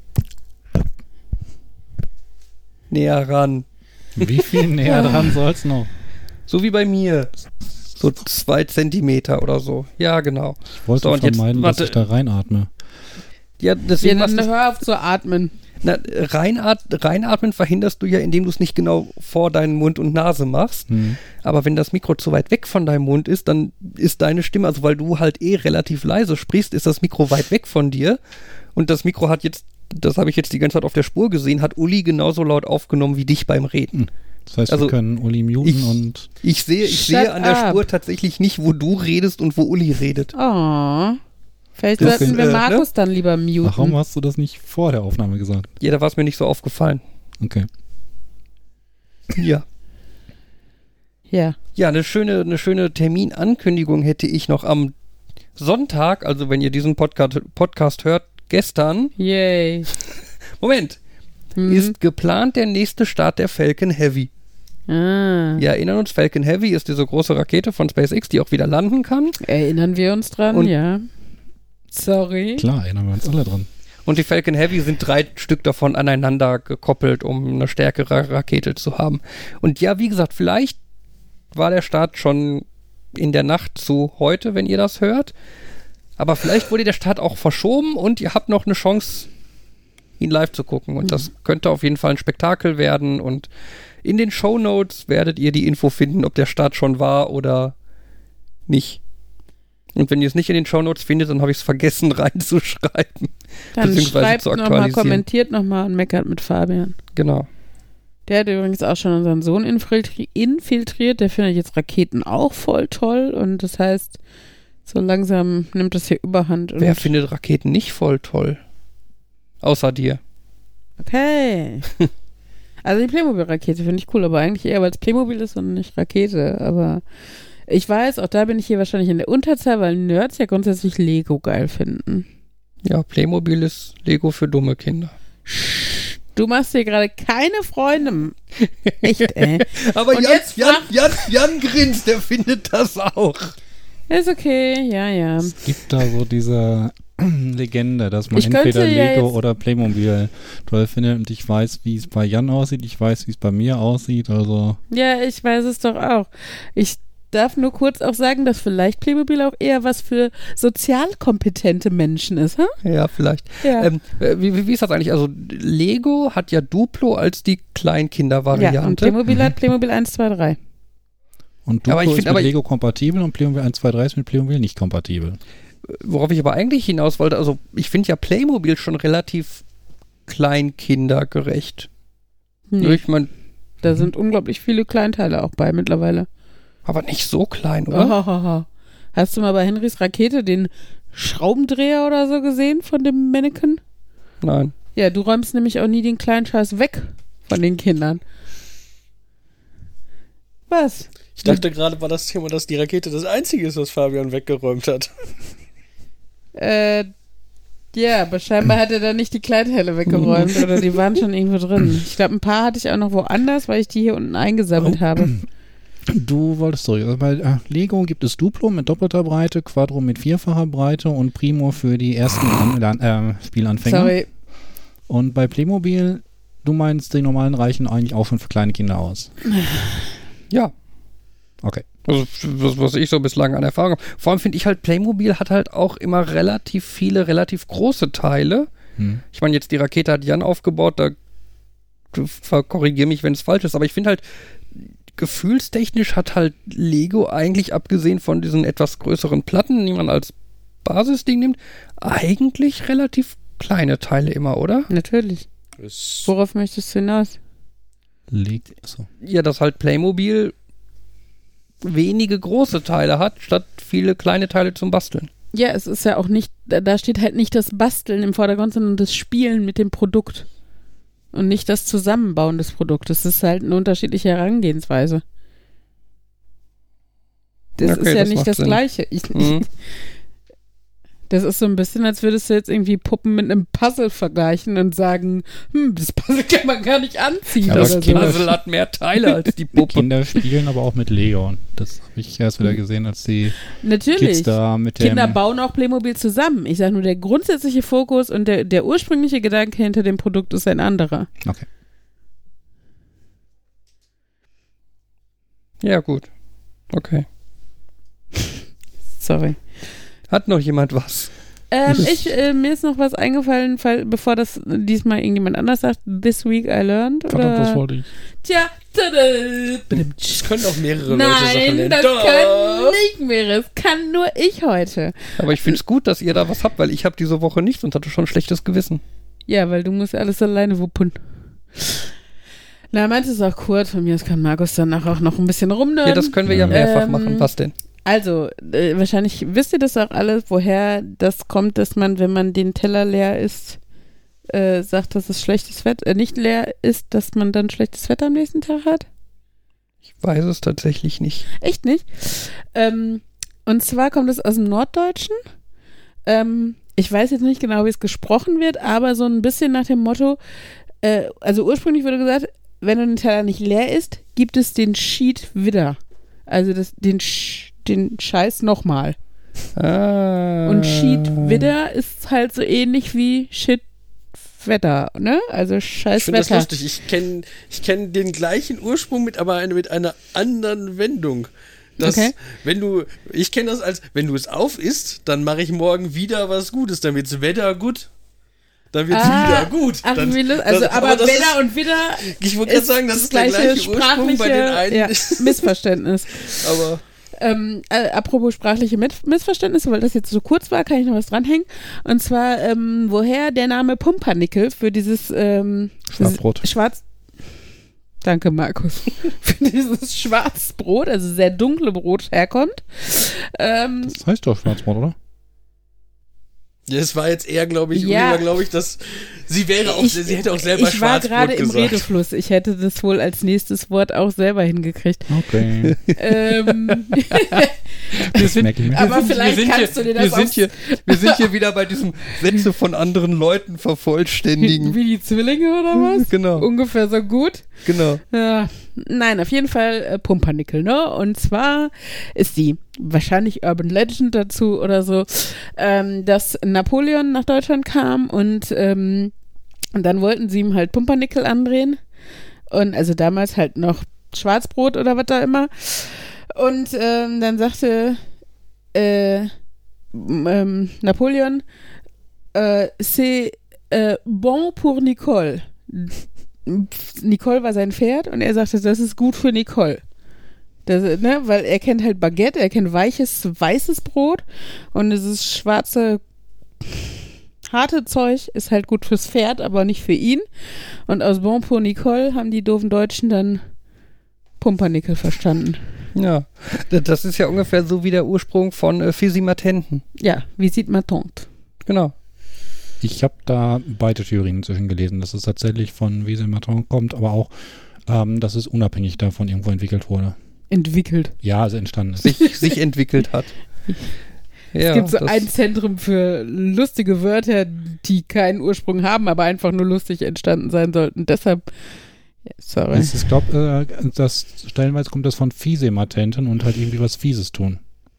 [SPEAKER 1] Näher ran.
[SPEAKER 3] Wie viel näher dran soll's noch?
[SPEAKER 1] So wie bei mir. So 2 Zentimeter oder so. Ja, genau.
[SPEAKER 3] Ich wollte
[SPEAKER 1] So, und jetzt,
[SPEAKER 3] vermeiden, dass ich da reinatme.
[SPEAKER 1] Ja, deswegen
[SPEAKER 2] Ja, dann hör auf zu atmen.
[SPEAKER 1] Reinatmen verhinderst du ja, indem du es nicht genau vor deinen Mund und Nase machst. Aber wenn das Mikro zu weit weg von deinem Mund ist, dann ist deine Stimme, also weil du halt relativ leise sprichst, ist das Mikro weit weg von dir. Und das Mikro hat jetzt, das habe ich jetzt die ganze Zeit auf der Spur gesehen, hat Uli genauso laut aufgenommen wie dich beim Reden.
[SPEAKER 3] Das heißt,
[SPEAKER 1] Also,
[SPEAKER 3] wir können Uli muten und...
[SPEAKER 1] Ich sehe an der Spur tatsächlich nicht, wo du redest und wo Uli redet.
[SPEAKER 2] Oh. Vielleicht
[SPEAKER 1] Das
[SPEAKER 2] sollten wir
[SPEAKER 1] sind,
[SPEAKER 2] Markus dann lieber muten.
[SPEAKER 3] Warum hast du das nicht vor der Aufnahme gesagt?
[SPEAKER 1] Ja, da war es mir nicht so aufgefallen.
[SPEAKER 3] Okay.
[SPEAKER 1] Ja.
[SPEAKER 2] Ja.
[SPEAKER 1] Ja, eine schöne Terminankündigung hätte ich noch am Sonntag, also wenn ihr diesen Podcast hört, gestern.
[SPEAKER 2] Yay.
[SPEAKER 1] Moment. Ist geplant der nächste Start der Falcon Heavy.
[SPEAKER 2] Ah.
[SPEAKER 1] Wir erinnern uns, Falcon Heavy ist diese große Rakete von SpaceX, die auch wieder landen kann.
[SPEAKER 2] Erinnern wir uns dran,
[SPEAKER 1] Und-
[SPEAKER 2] ja. Sorry.
[SPEAKER 3] Klar, erinnern wir uns alle dran.
[SPEAKER 1] Und die Falcon Heavy sind 3 Stück davon aneinander gekoppelt, um eine stärkere Rakete zu haben. Und ja, wie gesagt, vielleicht war der Start schon in der Nacht zu heute, wenn ihr das hört. Aber vielleicht wurde der Start auch verschoben und ihr habt noch eine Chance, ihn live zu gucken. Und das könnte auf jeden Fall ein Spektakel werden. Und in den Shownotes werdet ihr die Info finden, ob der Start schon war oder nicht. Und wenn ihr es nicht in den Shownotes findet, dann habe ich es vergessen reinzuschreiben.
[SPEAKER 2] Dann
[SPEAKER 1] beziehungsweise
[SPEAKER 2] schreibt
[SPEAKER 1] zu
[SPEAKER 2] nochmal,
[SPEAKER 1] aktualisieren.
[SPEAKER 2] kommentiert nochmal und meckert mit Fabian.
[SPEAKER 1] Genau.
[SPEAKER 2] Der hat übrigens auch schon unseren Sohn infiltriert. Der findet jetzt Raketen auch voll toll. Und das heißt, so langsam nimmt das hier Überhand. Und
[SPEAKER 1] Wer findet Raketen nicht voll toll? Außer dir.
[SPEAKER 2] Okay. Also die Playmobil-Rakete finde ich cool, aber eigentlich eher, weil es Playmobil ist und nicht Rakete. Aber ich weiß, auch da bin ich hier wahrscheinlich in der Unterzahl, weil Nerds ja grundsätzlich Lego geil finden.
[SPEAKER 1] Ja, Playmobil ist Lego für dumme Kinder.
[SPEAKER 2] Du machst dir gerade keine Freunde. Echt, ey.
[SPEAKER 1] Aber
[SPEAKER 2] Und jetzt
[SPEAKER 1] Jan grinst, der findet das auch.
[SPEAKER 2] Ist okay, ja.
[SPEAKER 3] Es gibt da so diese Legende, dass man
[SPEAKER 2] Ich könnte
[SPEAKER 3] entweder
[SPEAKER 2] ja
[SPEAKER 3] Lego
[SPEAKER 2] jetzt-
[SPEAKER 3] oder Playmobil toll findet und ich weiß, wie es bei Jan aussieht, ich weiß, wie es bei mir aussieht, also
[SPEAKER 2] Ja, ich weiß es doch auch. Ich darf nur kurz auch sagen, dass vielleicht Playmobil auch eher was für sozial kompetente Menschen ist, ha?
[SPEAKER 1] Ja, vielleicht.
[SPEAKER 2] Ja.
[SPEAKER 1] Wie ist das eigentlich? Also Lego hat ja Duplo als die
[SPEAKER 2] Ja, und
[SPEAKER 1] Kleinkinder-Variante.
[SPEAKER 2] Playmobil hat Playmobil 1, 2, 3.
[SPEAKER 3] und
[SPEAKER 1] Aber
[SPEAKER 3] Duplo
[SPEAKER 1] ich
[SPEAKER 3] ist
[SPEAKER 1] find- aber
[SPEAKER 3] mit
[SPEAKER 1] ich-
[SPEAKER 3] Lego kompatibel und Playmobil 1, 2, 3 ist mit Playmobil nicht kompatibel.
[SPEAKER 1] Worauf ich aber eigentlich hinaus wollte, also ich finde ja Playmobil schon relativ kleinkindergerecht.
[SPEAKER 2] Nee,
[SPEAKER 1] Ich mein,
[SPEAKER 2] da sind unglaublich viele Kleinteile auch bei mittlerweile.
[SPEAKER 1] aber nicht so klein, oder?
[SPEAKER 2] Ohohoho. Hast du mal bei Henrys Rakete den Schraubendreher oder so gesehen von dem Mannequin?
[SPEAKER 1] Nein.
[SPEAKER 2] Ja, du räumst nämlich auch nie den kleinen Scheiß weg von den Kindern. Was?
[SPEAKER 4] Ich dachte gerade, war das Thema, dass die Rakete das einzige ist, was Fabian weggeräumt hat.
[SPEAKER 2] Ja, aber scheinbar hat er da nicht die Kleinteile weggeräumt oder die waren schon irgendwo drin. Ich glaube, ein paar hatte ich auch noch woanders, weil ich die hier unten eingesammelt habe.
[SPEAKER 3] Du wolltest zurück. Also bei Lego gibt es Duplo mit doppelter Breite, Quadro mit vierfacher Breite und Primo für die ersten Spielanfänger.
[SPEAKER 2] Sorry.
[SPEAKER 3] Und bei Playmobil, du meinst, die normalen reichen eigentlich auch schon für kleine Kinder aus.
[SPEAKER 1] Ja.
[SPEAKER 3] Okay.
[SPEAKER 1] Also was ich so bislang an Erfahrung habe. Vor allem finde ich halt, Playmobil hat halt auch immer relativ viele, relativ große Teile. Ich meine, jetzt die Rakete hat Jan aufgebaut, da korrigiere mich, wenn es falsch ist, aber ich finde halt, gefühlstechnisch hat halt Lego eigentlich, abgesehen von diesen etwas größeren Platten, die man als Basisding nimmt, eigentlich relativ kleine Teile immer, oder?
[SPEAKER 2] Natürlich. Worauf möchtest du hinaus?
[SPEAKER 3] So.
[SPEAKER 1] Ja, dass halt Playmobil wenige große Teile hat, statt viele kleine Teile zum Basteln.
[SPEAKER 2] Ja, es ist ja auch nicht, da steht halt nicht das Basteln im Vordergrund, sondern das Spielen mit dem Produkt. Und nicht das Zusammenbauen des Produktes. Das ist halt eine unterschiedliche Herangehensweise. Das
[SPEAKER 1] Okay,
[SPEAKER 2] ist ja
[SPEAKER 1] das
[SPEAKER 2] nicht
[SPEAKER 1] macht
[SPEAKER 2] das
[SPEAKER 1] Sinn.
[SPEAKER 2] Gleiche. Das ist so ein bisschen, als würdest du jetzt irgendwie Puppen mit einem Puzzle vergleichen und sagen, das Puzzle kann man gar nicht anziehen.
[SPEAKER 3] Aber
[SPEAKER 2] oder
[SPEAKER 1] Das
[SPEAKER 2] so.
[SPEAKER 1] Puzzle hat mehr Teile als die Puppe.
[SPEAKER 3] Kinder spielen aber auch mit Lego. Und das habe ich erst wieder gesehen, als die
[SPEAKER 2] Natürlich.
[SPEAKER 3] Kids da mit dem...
[SPEAKER 2] Kinder bauen auch Playmobil zusammen. Ich sage nur, der grundsätzliche Fokus und der ursprüngliche Gedanke hinter dem Produkt ist ein anderer.
[SPEAKER 3] Okay.
[SPEAKER 1] Ja, gut. Okay.
[SPEAKER 2] Sorry.
[SPEAKER 1] Hat noch jemand was?
[SPEAKER 2] Mir ist noch was eingefallen, bevor das diesmal irgendjemand anders sagt. This week I learned.
[SPEAKER 3] Verdammt, das
[SPEAKER 2] Oder?
[SPEAKER 3] wollte ich.
[SPEAKER 2] Tja, tada.
[SPEAKER 4] Es können auch mehrere Leute Sachen
[SPEAKER 2] Nein,
[SPEAKER 4] nennen.
[SPEAKER 2] das
[SPEAKER 4] Doch.
[SPEAKER 2] können nicht mehrere. Es kann nur ich heute.
[SPEAKER 1] Aber ich finde es gut, dass ihr da was habt, weil ich habe diese Woche nichts und hatte schon ein schlechtes Gewissen.
[SPEAKER 2] Ja, weil du musst alles alleine wuppen. Na, meins ist auch kurz. Von mir aus kann Markus danach auch noch ein bisschen rumnörden.
[SPEAKER 1] Ja, das können wir ja mehrfach machen. Was denn?
[SPEAKER 2] Also, wahrscheinlich wisst ihr das auch alles, woher das kommt, dass man, wenn man den Teller leer isst, sagt, dass es schlechtes Wetter, nicht leer ist, dass man dann schlechtes Wetter am nächsten Tag hat?
[SPEAKER 1] Ich weiß es tatsächlich nicht.
[SPEAKER 2] Echt nicht? Und zwar kommt es aus dem Norddeutschen. Ich weiß jetzt nicht genau, wie es gesprochen wird, aber so ein bisschen nach dem Motto, also ursprünglich wurde gesagt, wenn du den Teller nicht leer isst, gibt es den Schied wieder. Also den Scheiß nochmal. Und Schied wieder ist halt so ähnlich wie Shit Wetter, ne? Also scheiß
[SPEAKER 4] Ich finde das
[SPEAKER 2] Wetter.
[SPEAKER 4] lustig. Ich kenn den gleichen Ursprung mit einer anderen Wendung.
[SPEAKER 2] Okay.
[SPEAKER 4] Ich kenne das als, wenn du es auf isst, dann mache ich morgen wieder was Gutes, dann wird's Wetter gut. Dann wird's wieder gut.
[SPEAKER 2] Ach,
[SPEAKER 4] Dann,
[SPEAKER 2] aber
[SPEAKER 4] das
[SPEAKER 2] Wetter und wieder
[SPEAKER 4] ich wollte gerade sagen, das ist der gleiche Ursprung bei den einen.
[SPEAKER 2] Ja, Missverständnis.
[SPEAKER 4] Aber
[SPEAKER 2] apropos sprachliche Missverständnisse, weil das jetzt so kurz war, kann ich noch was dranhängen. Und zwar, woher der Name Pumpernickel für dieses
[SPEAKER 3] Schwarzbrot.
[SPEAKER 2] Danke, Markus. Für dieses Schwarzbrot, also sehr dunkle Brot herkommt.
[SPEAKER 3] Das heißt doch Schwarzbrot, oder?
[SPEAKER 4] das war jetzt eher, glaube ich,
[SPEAKER 2] Ja.
[SPEAKER 4] Oliver, glaube ich, dass sie hätte auch selber
[SPEAKER 2] Ich war
[SPEAKER 4] Schwarzbrot
[SPEAKER 2] gerade im
[SPEAKER 4] gesagt.
[SPEAKER 2] Redefluss. Ich hätte das wohl als nächstes Wort auch selber hingekriegt.
[SPEAKER 3] Okay.
[SPEAKER 1] Wir
[SPEAKER 3] merke ich mir.
[SPEAKER 2] Aber vielleicht kannst du dir das
[SPEAKER 1] wir sind hier wieder bei diesem Sätze von anderen Leuten vervollständigen.
[SPEAKER 2] wie die Zwillinge oder was?
[SPEAKER 1] Genau.
[SPEAKER 2] Ungefähr so gut.
[SPEAKER 1] Genau.
[SPEAKER 2] Ja, nein, auf jeden Fall Pumpernickel, ne? Und zwar ist die wahrscheinlich Urban Legend dazu oder so, dass Napoleon nach Deutschland kam und dann wollten sie ihm halt Pumpernickel andrehen. Und also damals halt noch Schwarzbrot oder was da immer. Und dann sagte Napoleon, c'est bon pour Nicole. Nicole war sein Pferd und er sagte, das ist gut für Nicole. Das, ne, weil er kennt halt Baguette, er kennt weißes Brot und dieses schwarze, harte Zeug ist halt gut fürs Pferd, aber nicht für ihn. Und aus Bon pour Nicole haben die doofen Deutschen dann Pumpernickel verstanden.
[SPEAKER 1] Ja, das ist ja ungefähr so wie der Ursprung von Fisimatenten.
[SPEAKER 2] Ja, wie sieht ma tante?
[SPEAKER 1] Genau.
[SPEAKER 3] Ich habe da beide Theorien inzwischen gelesen, dass es tatsächlich von Wiesel Maton kommt, aber auch, dass es unabhängig davon irgendwo entwickelt wurde.
[SPEAKER 2] Entwickelt.
[SPEAKER 3] Ja, also entstanden ist.
[SPEAKER 1] Sich entwickelt hat. Ja,
[SPEAKER 2] Es gibt so ein Zentrum für lustige Wörter, die keinen Ursprung haben, aber einfach nur lustig entstanden sein sollten. Deshalb, ja, sorry.
[SPEAKER 3] Ich glaube, das stellenweise kommt das von Fiesematenten und halt irgendwie was Fieses tun.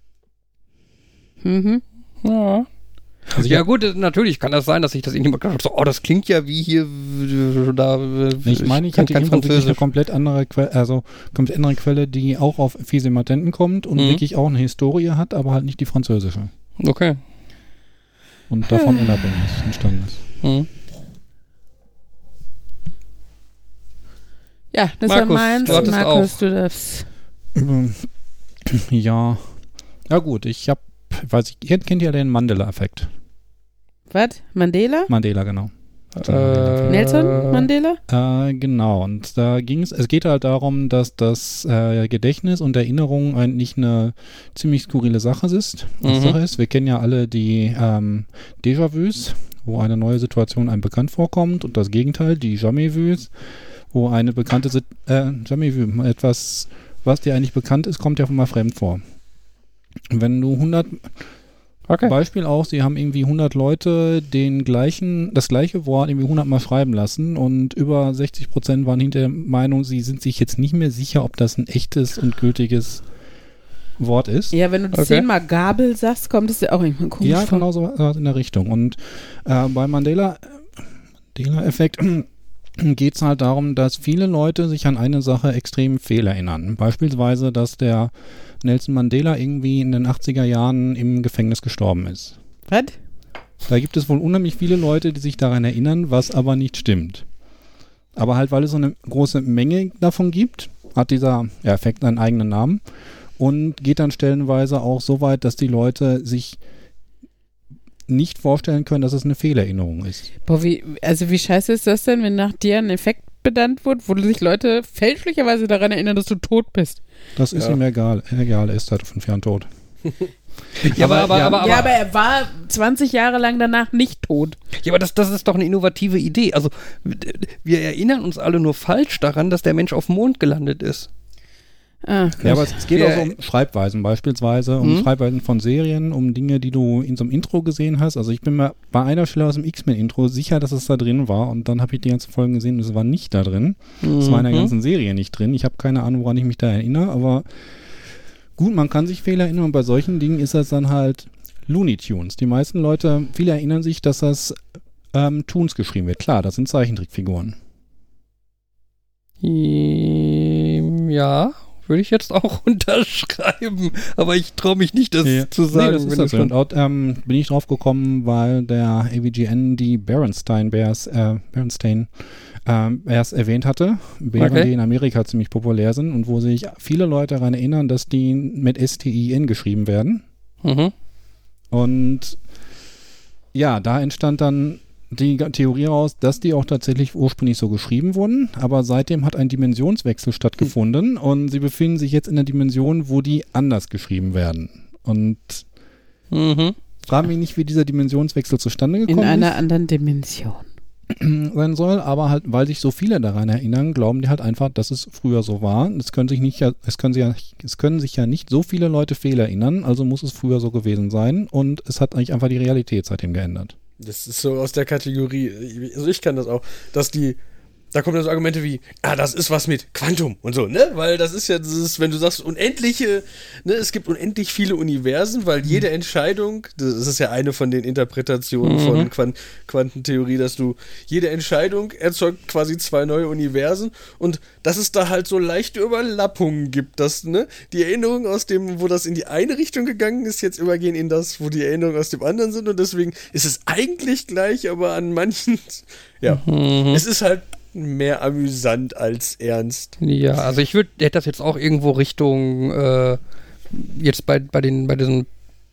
[SPEAKER 2] Mhm.
[SPEAKER 1] Ja.
[SPEAKER 3] Also
[SPEAKER 1] Ja gut, natürlich kann das sein, dass ich das irgendjemand gesagt habe, so, das klingt ja wie hier da.
[SPEAKER 3] Ich meine, ich
[SPEAKER 1] kann
[SPEAKER 3] hatte
[SPEAKER 1] kein
[SPEAKER 3] irgendwo wirklich eine
[SPEAKER 1] Französisch.
[SPEAKER 3] komplett andere Quelle, die auch auf Fiesematenten kommt und wirklich auch eine Historie hat, aber halt nicht die französische.
[SPEAKER 1] Okay.
[SPEAKER 3] Und davon unabhängig entstanden ist.
[SPEAKER 1] Mhm.
[SPEAKER 2] Ja, das
[SPEAKER 1] Markus,
[SPEAKER 2] war meins.
[SPEAKER 1] du hattest
[SPEAKER 2] Markus,
[SPEAKER 1] auch.
[SPEAKER 2] du darfst.
[SPEAKER 3] Ja. Ja gut, kennt ihr den Mandela-Effekt?
[SPEAKER 2] Was? Mandela?
[SPEAKER 3] Mandela, genau.
[SPEAKER 2] Nelson Mandela?
[SPEAKER 3] Genau, und es geht halt darum, dass das Gedächtnis und Erinnerung eigentlich eine ziemlich skurrile Sache ist. Wir kennen ja alle die Déjà-vus, wo eine neue Situation einem bekannt vorkommt, und das Gegenteil, die Jamais-vus, wo eine bekannte Jamais-vu, etwas, was dir eigentlich bekannt ist, kommt ja mal fremd vor. Wenn du 100...
[SPEAKER 1] Okay.
[SPEAKER 3] Beispiel auch, sie haben irgendwie 100 Leute das gleiche Wort irgendwie 100 Mal schreiben lassen und über 60% waren hinter der Meinung, sie sind sich jetzt nicht mehr sicher, ob das ein echtes und gültiges Wort ist.
[SPEAKER 2] Ja, wenn du 10-mal Gabel sagst, kommt es ja auch irgendwann komisch
[SPEAKER 3] Ja,
[SPEAKER 2] vor.
[SPEAKER 3] genau so in der Richtung. Und beim Mandela-Effekt geht es halt darum, dass viele Leute sich an eine Sache extrem fehlerinnern. Beispielsweise, dass der Nelson Mandela irgendwie in den 80er Jahren im Gefängnis gestorben ist.
[SPEAKER 2] Was?
[SPEAKER 3] Da gibt es wohl unheimlich viele Leute, die sich daran erinnern, was aber nicht stimmt. Aber halt, weil es so eine große Menge davon gibt, hat dieser Effekt einen eigenen Namen und geht dann stellenweise auch so weit, dass die Leute sich nicht vorstellen können, dass es eine Fehlerinnerung ist.
[SPEAKER 2] Boah, wie scheiße ist das denn, wenn nach dir ein Effekt benannt wird, wo sich Leute fälschlicherweise daran erinnern, dass du tot bist?
[SPEAKER 3] Das ist ihm egal. Er ist seit 5 Jahren tot.
[SPEAKER 1] Aber
[SPEAKER 2] er war 20 Jahre lang danach nicht tot.
[SPEAKER 1] Ja, aber das ist doch eine innovative Idee. Also, wir erinnern uns alle nur falsch daran, dass der Mensch auf dem Mond gelandet ist.
[SPEAKER 3] Ja, aber es geht auch so um Schreibweisen beispielsweise, um Schreibweisen von Serien, um Dinge, die du in so einem Intro gesehen hast. Also ich bin mir bei einer Stelle aus dem X-Men-Intro sicher, dass es da drin war und dann habe ich die ganzen Folgen gesehen und es war nicht da drin. Es war in der ganzen Serie nicht drin. Ich habe keine Ahnung, woran ich mich da erinnere, aber gut, man kann sich Fehler erinnern und bei solchen Dingen ist das dann halt Looney Tunes. Die meisten Leute, viele erinnern sich, dass das Toons geschrieben wird. Klar, das sind Zeichentrickfiguren.
[SPEAKER 1] Ja, würde ich jetzt auch unterschreiben, aber ich traue mich nicht, das zu sagen.
[SPEAKER 3] Nee, das ist das so. Und auch, bin ich drauf gekommen, weil der AVGN die Berenstain Bears erwähnt hatte. Bären, die in Amerika ziemlich populär sind und wo sich viele Leute daran erinnern, dass die mit STIN geschrieben werden. Und ja, da entstand dann die Theorie raus, dass die auch tatsächlich ursprünglich so geschrieben wurden, aber seitdem hat ein Dimensionswechsel stattgefunden und sie befinden sich jetzt in einer Dimension, wo die anders geschrieben werden. Und frage mich nicht, wie dieser Dimensionswechsel zustande gekommen ist.
[SPEAKER 2] In einer anderen Dimension.
[SPEAKER 3] Sein soll, aber halt, weil sich so viele daran erinnern, glauben die halt einfach, dass es früher so war. Es können sich ja nicht so viele Leute fehlerinnern, also muss es früher so gewesen sein und es hat eigentlich einfach die Realität seitdem geändert.
[SPEAKER 4] Das ist so aus der Kategorie, also ich kann das auch, da kommen dann so Argumente wie, das ist was mit Quantum und so, ne? Weil das ist, wenn du sagst, unendliche, ne, es gibt unendlich viele Universen, weil jede Entscheidung, das ist ja eine von den Interpretationen von Quantentheorie, dass jede Entscheidung erzeugt quasi 2 neue Universen und dass es da halt so leichte Überlappungen gibt, dass, ne, die Erinnerungen aus dem, wo das in die eine Richtung gegangen ist, jetzt übergehen in das, wo die Erinnerungen aus dem anderen sind und deswegen ist es eigentlich gleich, aber an manchen, es ist halt mehr amüsant als ernst.
[SPEAKER 1] Ja, also ich hätte das jetzt auch irgendwo Richtung jetzt bei diesen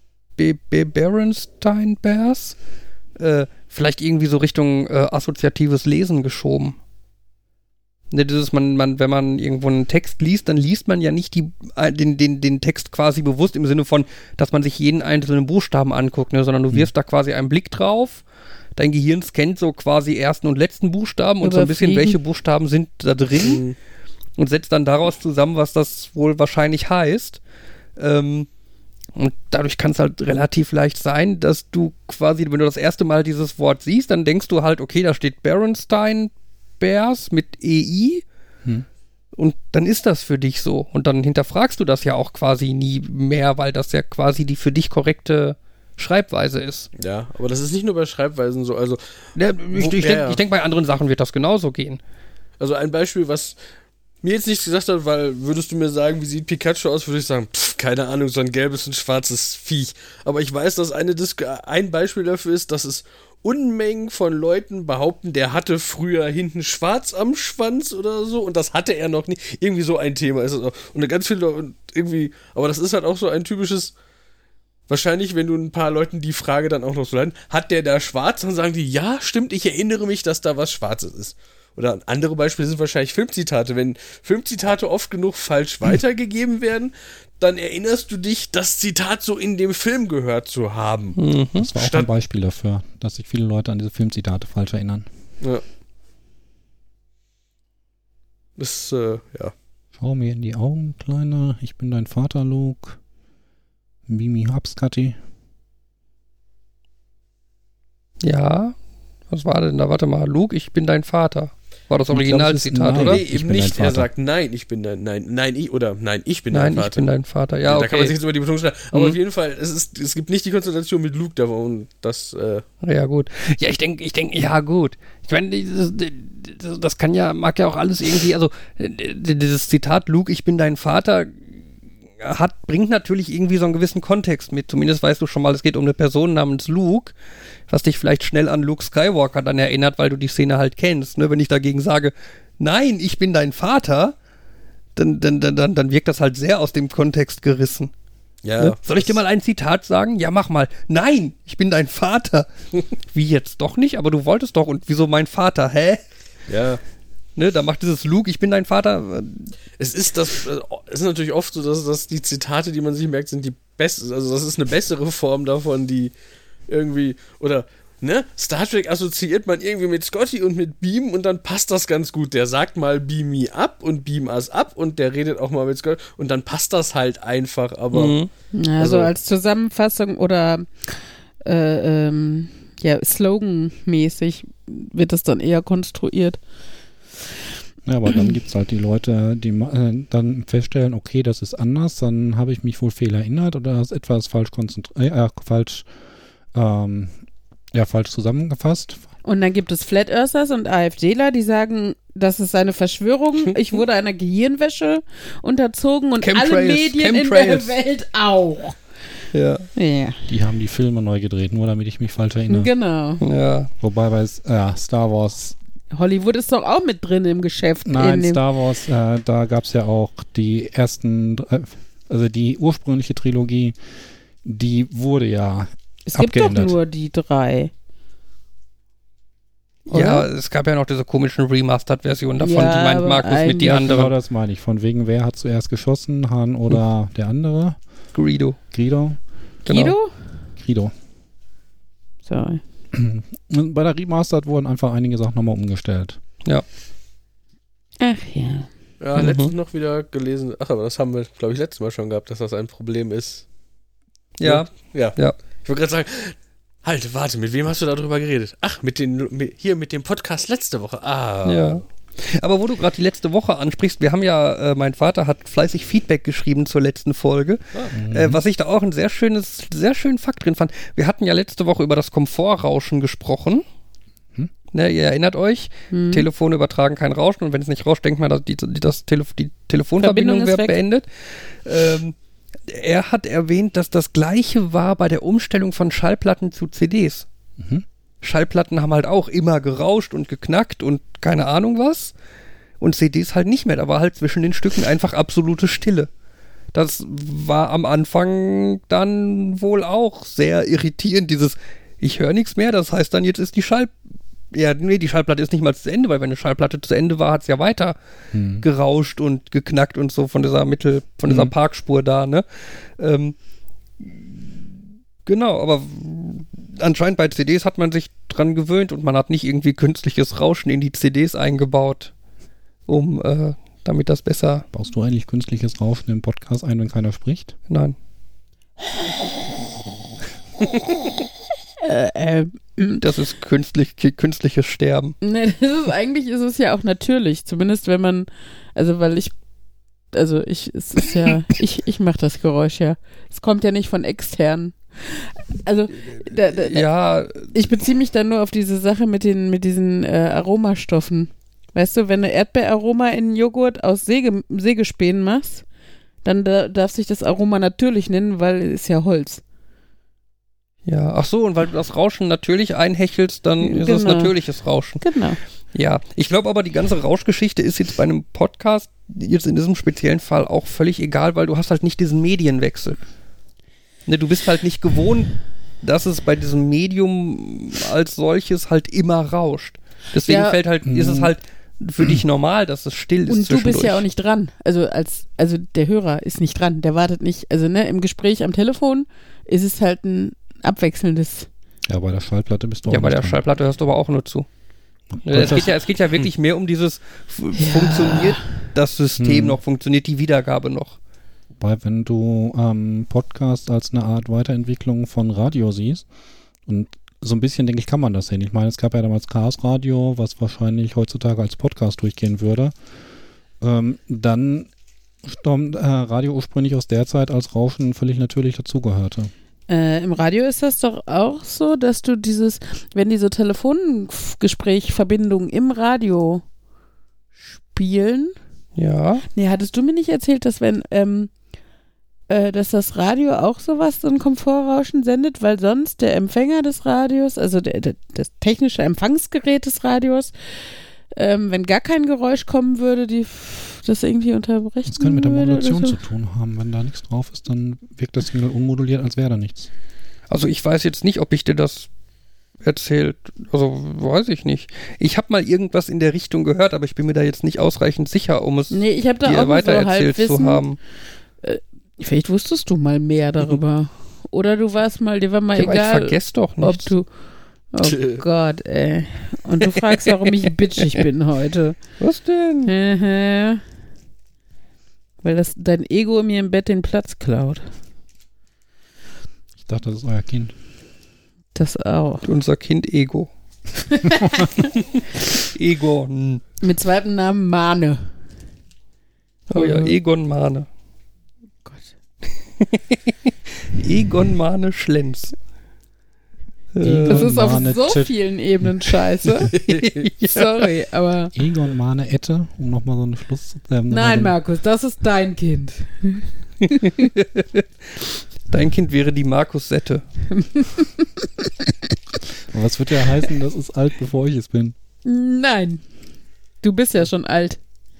[SPEAKER 1] Berenstain Bears vielleicht irgendwie so Richtung assoziatives Lesen geschoben. Ne, wenn man irgendwo einen Text liest, dann liest man ja nicht den Text quasi bewusst im Sinne von, dass man sich jeden einzelnen Buchstaben anguckt, ne, sondern du wirfst da quasi einen Blick drauf. Dein Gehirn scannt so quasi ersten und letzten Buchstaben und so ein bisschen, welche Buchstaben sind da drin und setzt dann daraus zusammen, was das wohl wahrscheinlich heißt. Und dadurch kann es halt relativ leicht sein, dass du quasi, wenn du das erste Mal dieses Wort siehst, dann denkst du halt, okay, da steht Berenstain Bears mit EI und dann ist das für dich so. Und dann hinterfragst du das ja auch quasi nie mehr, weil das ja quasi die für dich korrekte Schreibweise ist.
[SPEAKER 4] Ja, aber das ist nicht nur bei Schreibweisen so, also
[SPEAKER 1] ich denke, bei anderen Sachen wird das genauso gehen.
[SPEAKER 4] Also ein Beispiel, was mir jetzt nichts gesagt hat, weil würdest du mir sagen, wie sieht Pikachu aus, würde ich sagen, keine Ahnung, so ein gelbes und schwarzes Viech. Aber ich weiß, dass ein Beispiel dafür ist, dass es Unmengen von Leuten behaupten, der hatte früher hinten schwarz am Schwanz oder so und das hatte er noch nie. Irgendwie so ein Thema ist es auch. Und ganz viele Leute irgendwie, aber das ist halt auch so ein typisches. Wahrscheinlich, wenn du ein paar Leuten die Frage dann auch noch so leiten, hat der da schwarz? Dann sagen die, ja, stimmt, ich erinnere mich, dass da was Schwarzes ist. Oder andere Beispiele sind wahrscheinlich Filmzitate. Wenn Filmzitate oft genug falsch weitergegeben werden, dann erinnerst du dich, das Zitat so in dem Film gehört zu haben.
[SPEAKER 3] Das war auch ein Beispiel dafür, dass sich viele Leute an diese Filmzitate falsch erinnern.
[SPEAKER 4] Ja. Das, ja.
[SPEAKER 3] Schau mir in die Augen, Kleiner, ich bin dein Vater, Luke. Mimi Hapskati.
[SPEAKER 1] Ja, was war denn da? Warte mal, Luke, ich bin dein Vater. War das Originalzitat, oder?
[SPEAKER 4] Nee, eben nicht. Er sagt, nein, ich bin dein, ich bin dein Vater.
[SPEAKER 1] Ich bin dein Vater, ja, okay.
[SPEAKER 4] Da kann man sich jetzt über die Betonung stellen. Aber auf jeden Fall, es gibt nicht die Konstellation mit Luke da und das,
[SPEAKER 1] Ja, gut. Ja, ich denke, ja, gut. Ich meine, das mag ja auch alles irgendwie, also, dieses Zitat, Luke, ich bin dein Vater, bringt natürlich irgendwie so einen gewissen Kontext mit. Zumindest weißt du schon mal, es geht um eine Person namens Luke, was dich vielleicht schnell an Luke Skywalker dann erinnert, weil du die Szene halt kennst. Ne? Wenn ich dagegen sage, nein, ich bin dein Vater, dann wirkt das halt sehr aus dem Kontext gerissen.
[SPEAKER 4] ja.
[SPEAKER 1] Ne? Soll ich dir mal ein Zitat sagen? Ja, mach mal. Nein, ich bin dein Vater. Wie jetzt? Doch nicht? Aber du wolltest doch. Und wieso mein Vater? Hä?
[SPEAKER 4] Ja.
[SPEAKER 1] Ne, da macht dieses Luke, ich bin dein Vater.
[SPEAKER 4] Es ist natürlich oft so, dass die Zitate, die man sich merkt, sind die beste, also das ist eine bessere Form davon, die irgendwie, oder, ne, Star Trek assoziiert man irgendwie mit Scotty und mit Beam und dann passt das ganz gut. Der sagt mal Beam me up und Beam us up und der redet auch mal mit Scotty und dann passt das halt einfach, aber.
[SPEAKER 2] Ja, also als Zusammenfassung oder Slogan-mäßig wird das dann eher konstruiert.
[SPEAKER 3] Ja, aber dann gibt es halt die Leute, die dann feststellen, okay, das ist anders, dann habe ich mich wohl fehlerinnert oder ist etwas falsch zusammengefasst.
[SPEAKER 2] Und dann gibt es Flat Earthers und AfDler, die sagen, das ist eine Verschwörung, ich wurde einer Gehirnwäsche unterzogen und alle Medien in der Welt auch.
[SPEAKER 1] Ja.
[SPEAKER 3] Die haben die Filme neu gedreht, nur damit ich mich falsch erinnere.
[SPEAKER 2] Genau.
[SPEAKER 1] Ja.
[SPEAKER 3] Wobei bei Star Wars...
[SPEAKER 2] Hollywood ist doch auch mit drin im Geschäft.
[SPEAKER 3] Nein, Star Wars, da gab es ja auch die ersten, also die ursprüngliche Trilogie, die wurde ja
[SPEAKER 2] es gibt
[SPEAKER 3] abgeändert.
[SPEAKER 2] Doch nur die 3. Oder?
[SPEAKER 1] Ja, es gab ja noch diese komischen Remastered-Versionen davon,
[SPEAKER 2] Ja,
[SPEAKER 1] die meint Markus mit die
[SPEAKER 3] Genau,
[SPEAKER 1] anderen.
[SPEAKER 3] das meine ich. Von wegen, wer hat zuerst geschossen, Han oder der andere?
[SPEAKER 1] Greedo.
[SPEAKER 3] Genau.
[SPEAKER 2] Guido? Sorry.
[SPEAKER 3] Und bei der Remastered wurden einfach einige Sachen nochmal umgestellt.
[SPEAKER 1] Ja.
[SPEAKER 2] Ach ja.
[SPEAKER 4] Ja, letztens noch wieder gelesen, aber das haben wir, glaube ich, letztes Mal schon gehabt, dass das ein Problem ist.
[SPEAKER 1] Ja.
[SPEAKER 4] Ja.
[SPEAKER 1] Ja.
[SPEAKER 4] Ich wollte gerade sagen, halt, warte, mit wem hast du darüber geredet? Ach, mit dem Podcast letzte Woche. Ah.
[SPEAKER 1] Ja. Aber wo du gerade die letzte Woche ansprichst, wir haben ja, mein Vater hat fleißig Feedback geschrieben zur letzten Folge, was ich da auch einen sehr schönen Fakt drin fand. Wir hatten ja letzte Woche über das Komfortrauschen gesprochen. Ne, ihr erinnert euch, Telefone übertragen kein Rauschen und wenn es nicht rauscht, denkt man, dass die Telefonverbindung wird beendet. Er hat erwähnt, dass das Gleiche war bei der Umstellung von Schallplatten zu CDs. Schallplatten haben halt auch immer gerauscht und geknackt und keine Ahnung was. Und CDs halt nicht mehr. Da war halt zwischen den Stücken einfach absolute Stille. Das war am Anfang dann wohl auch sehr irritierend, ich höre nichts mehr, das heißt dann, jetzt ist die Schallplatte ist nicht mal zu Ende, weil wenn eine Schallplatte zu Ende war, hat es ja weiter gerauscht und geknackt und so von dieser dieser Parkspur da, ne? Genau, aber anscheinend bei CDs hat man sich dran gewöhnt und man hat nicht irgendwie künstliches Rauschen in die CDs eingebaut, damit das besser...
[SPEAKER 3] Baust du eigentlich künstliches Rauschen im Podcast ein, wenn keiner spricht?
[SPEAKER 1] Nein. Das ist künstliches Sterben.
[SPEAKER 2] Ne, eigentlich ist es ja auch natürlich, zumindest wenn man, ich mache das Geräusch ja. Es kommt ja nicht von extern. Also, ich beziehe mich dann nur auf diese Sache mit diesen Aromastoffen. Weißt du, wenn du Erdbeeraroma in Joghurt aus Sägespänen machst, dann darf sich das Aroma natürlich nennen, weil es ist ja Holz.
[SPEAKER 1] Ja, ach so, und weil du das Rauschen natürlich einhechelst, dann ist es natürliches Rauschen.
[SPEAKER 2] Genau.
[SPEAKER 1] Ja, ich glaube aber, die ganze Rauschgeschichte ist jetzt bei einem Podcast, jetzt in diesem speziellen Fall auch völlig egal, weil du hast halt nicht diesen Medienwechsel. Ne, du bist halt nicht gewohnt, dass es bei diesem Medium als solches halt immer rauscht. Deswegen ist es halt für dich normal, dass es still ist.
[SPEAKER 2] Und du bist ja auch nicht dran. Also der Hörer ist nicht dran, der wartet nicht. Also im Gespräch am Telefon ist es halt ein abwechselndes.
[SPEAKER 3] Ja, bei der Schallplatte bist du auch
[SPEAKER 1] Ja, bei der
[SPEAKER 3] dran.
[SPEAKER 1] Schallplatte hörst du aber auch nur zu. Es geht ja wirklich mehr um dieses, funktioniert das System noch, funktioniert die Wiedergabe noch.
[SPEAKER 3] Wobei, wenn du Podcast als eine Art Weiterentwicklung von Radio siehst, und so ein bisschen, denke ich, kann man das sehen. Ich meine, es gab ja damals Chaos Radio, was wahrscheinlich heutzutage als Podcast durchgehen würde. Dann stammt Radio ursprünglich aus der Zeit, als Rauschen völlig natürlich dazugehörte.
[SPEAKER 2] Im Radio ist das doch auch so, dass du wenn diese Telefongesprächverbindungen im Radio spielen.
[SPEAKER 1] Ja.
[SPEAKER 2] Nee, hattest du mir nicht erzählt, dass dass das Radio auch so ein Komfortrauschen sendet, weil sonst der Empfänger des Radios, also das technische Empfangsgerät des Radios, wenn gar kein Geräusch kommen würde, das irgendwie unterbrechen.
[SPEAKER 3] Das kann mit der Modulation zu tun haben. Wenn da nichts drauf ist, dann wirkt das Signal unmoduliert, als wäre da nichts.
[SPEAKER 1] Also ich weiß jetzt nicht, ob ich dir das erzählt, also weiß ich nicht. Ich habe mal irgendwas in der Richtung gehört, aber ich bin mir da jetzt nicht ausreichend sicher, um es
[SPEAKER 2] ich hab da
[SPEAKER 1] dir
[SPEAKER 2] auch
[SPEAKER 1] weitererzählt
[SPEAKER 2] so
[SPEAKER 1] zu haben.
[SPEAKER 2] Vielleicht wusstest du mal mehr darüber. Oder dir war mal egal.
[SPEAKER 1] Ich vergesse doch nichts.
[SPEAKER 2] Oh Gott, ey. Und du fragst, warum ich bitchig bin heute.
[SPEAKER 1] Was denn?
[SPEAKER 2] Weil dein Ego mir im Bett den Platz klaut.
[SPEAKER 3] Ich dachte, das ist euer Kind.
[SPEAKER 2] Das auch.
[SPEAKER 1] Unser Kind Ego. Egon.
[SPEAKER 2] Mit zweitem Namen Mane.
[SPEAKER 1] Oh ja, Egon Mane.
[SPEAKER 2] Oh Gott.
[SPEAKER 1] Egon Mane Schlenz.
[SPEAKER 2] Das ist auf
[SPEAKER 3] Mane
[SPEAKER 2] so vielen Ebenen scheiße. Sorry, aber...
[SPEAKER 3] Egon Mane Ette, um nochmal so einen Schluss zu treffen.
[SPEAKER 2] Nein, Markus, das ist dein Kind.
[SPEAKER 1] Dein Kind wäre die Markus Sette.
[SPEAKER 3] Was wird ja heißen, das ist alt, bevor ich es bin?
[SPEAKER 2] Nein. Du bist ja schon alt.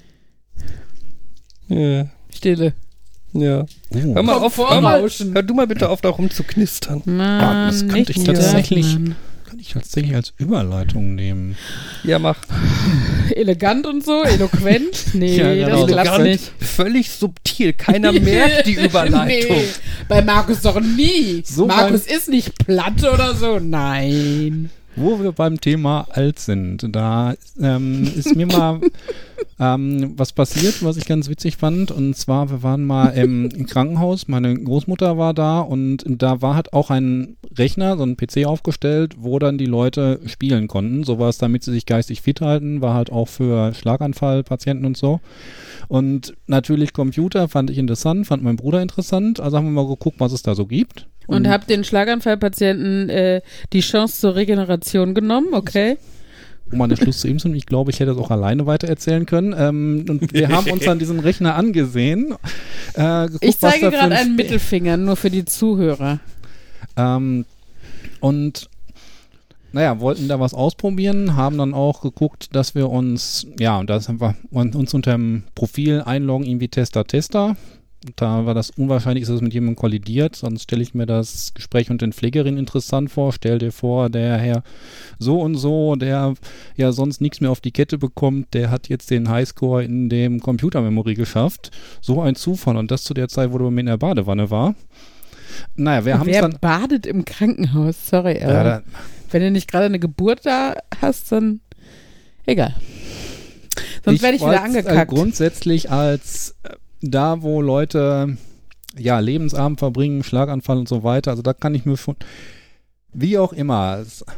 [SPEAKER 1] Ja.
[SPEAKER 2] Stille.
[SPEAKER 1] Ja.
[SPEAKER 3] Oh.
[SPEAKER 1] Hör mal auf,
[SPEAKER 2] Komfortrauschen.
[SPEAKER 1] hör du mal bitte auf, da rumzuknistern.
[SPEAKER 2] Mann,
[SPEAKER 3] das könnte ich
[SPEAKER 2] nicht
[SPEAKER 3] tatsächlich...
[SPEAKER 2] Mann.
[SPEAKER 3] Kann ich tatsächlich als Überleitung nehmen.
[SPEAKER 1] Ja, mach.
[SPEAKER 2] Elegant und so, eloquent. Nee,
[SPEAKER 3] Ja, genau.
[SPEAKER 2] das klappt nicht.
[SPEAKER 1] Völlig subtil. Keiner merkt die Überleitung.
[SPEAKER 2] Nee, bei Markus doch nie.
[SPEAKER 3] So
[SPEAKER 2] Markus ist nicht platt oder so. Nein.
[SPEAKER 3] Wo wir beim Thema alt sind, da ist mir mal was passiert, was ich ganz witzig fand. Und zwar, wir waren mal im Krankenhaus, meine Großmutter war da und da war halt auch ein Rechner, so ein PC aufgestellt, wo dann die Leute spielen konnten. Sowas, damit sie sich geistig fit halten, war halt auch für Schlaganfallpatienten und so. Und natürlich Computer fand ich interessant, fand mein Bruder interessant. Also haben wir mal geguckt, was es da so gibt.
[SPEAKER 2] Und hab den Schlaganfallpatienten die Chance zur Regeneration genommen, okay?
[SPEAKER 3] Um mal den Schluss zu ihm zu nehmen, ich glaube, ich hätte es auch alleine weitererzählen können. Und wir haben uns dann diesen Rechner angesehen. Geguckt,
[SPEAKER 2] Ich zeige gerade einen Mittelfinger, nur für die Zuhörer.
[SPEAKER 3] Und naja, wollten da was ausprobieren, haben dann auch geguckt, dass wir uns, das einfach uns unter dem Profil einloggen, irgendwie Tester. Da war das unwahrscheinlich, ist das mit jemandem kollidiert, sonst stelle ich mir das Gespräch mit den Pflegerinnen interessant vor. Stell dir vor, der Herr so und so, der ja sonst nichts mehr auf die Kette bekommt, der hat jetzt den Highscore in dem Computermemory geschafft. So ein Zufall und das zu der Zeit, wo du in der Badewanne war. Naja, wir haben es dann...
[SPEAKER 2] Wer badet im Krankenhaus? Sorry, aber wenn du nicht gerade eine Geburt da hast, dann egal. Sonst werde ich wieder angekackt.
[SPEAKER 3] Grundsätzlich als... Da, wo Leute Lebensabend verbringen, Schlaganfall und so weiter, also da kann ich mir schon, wie auch immer,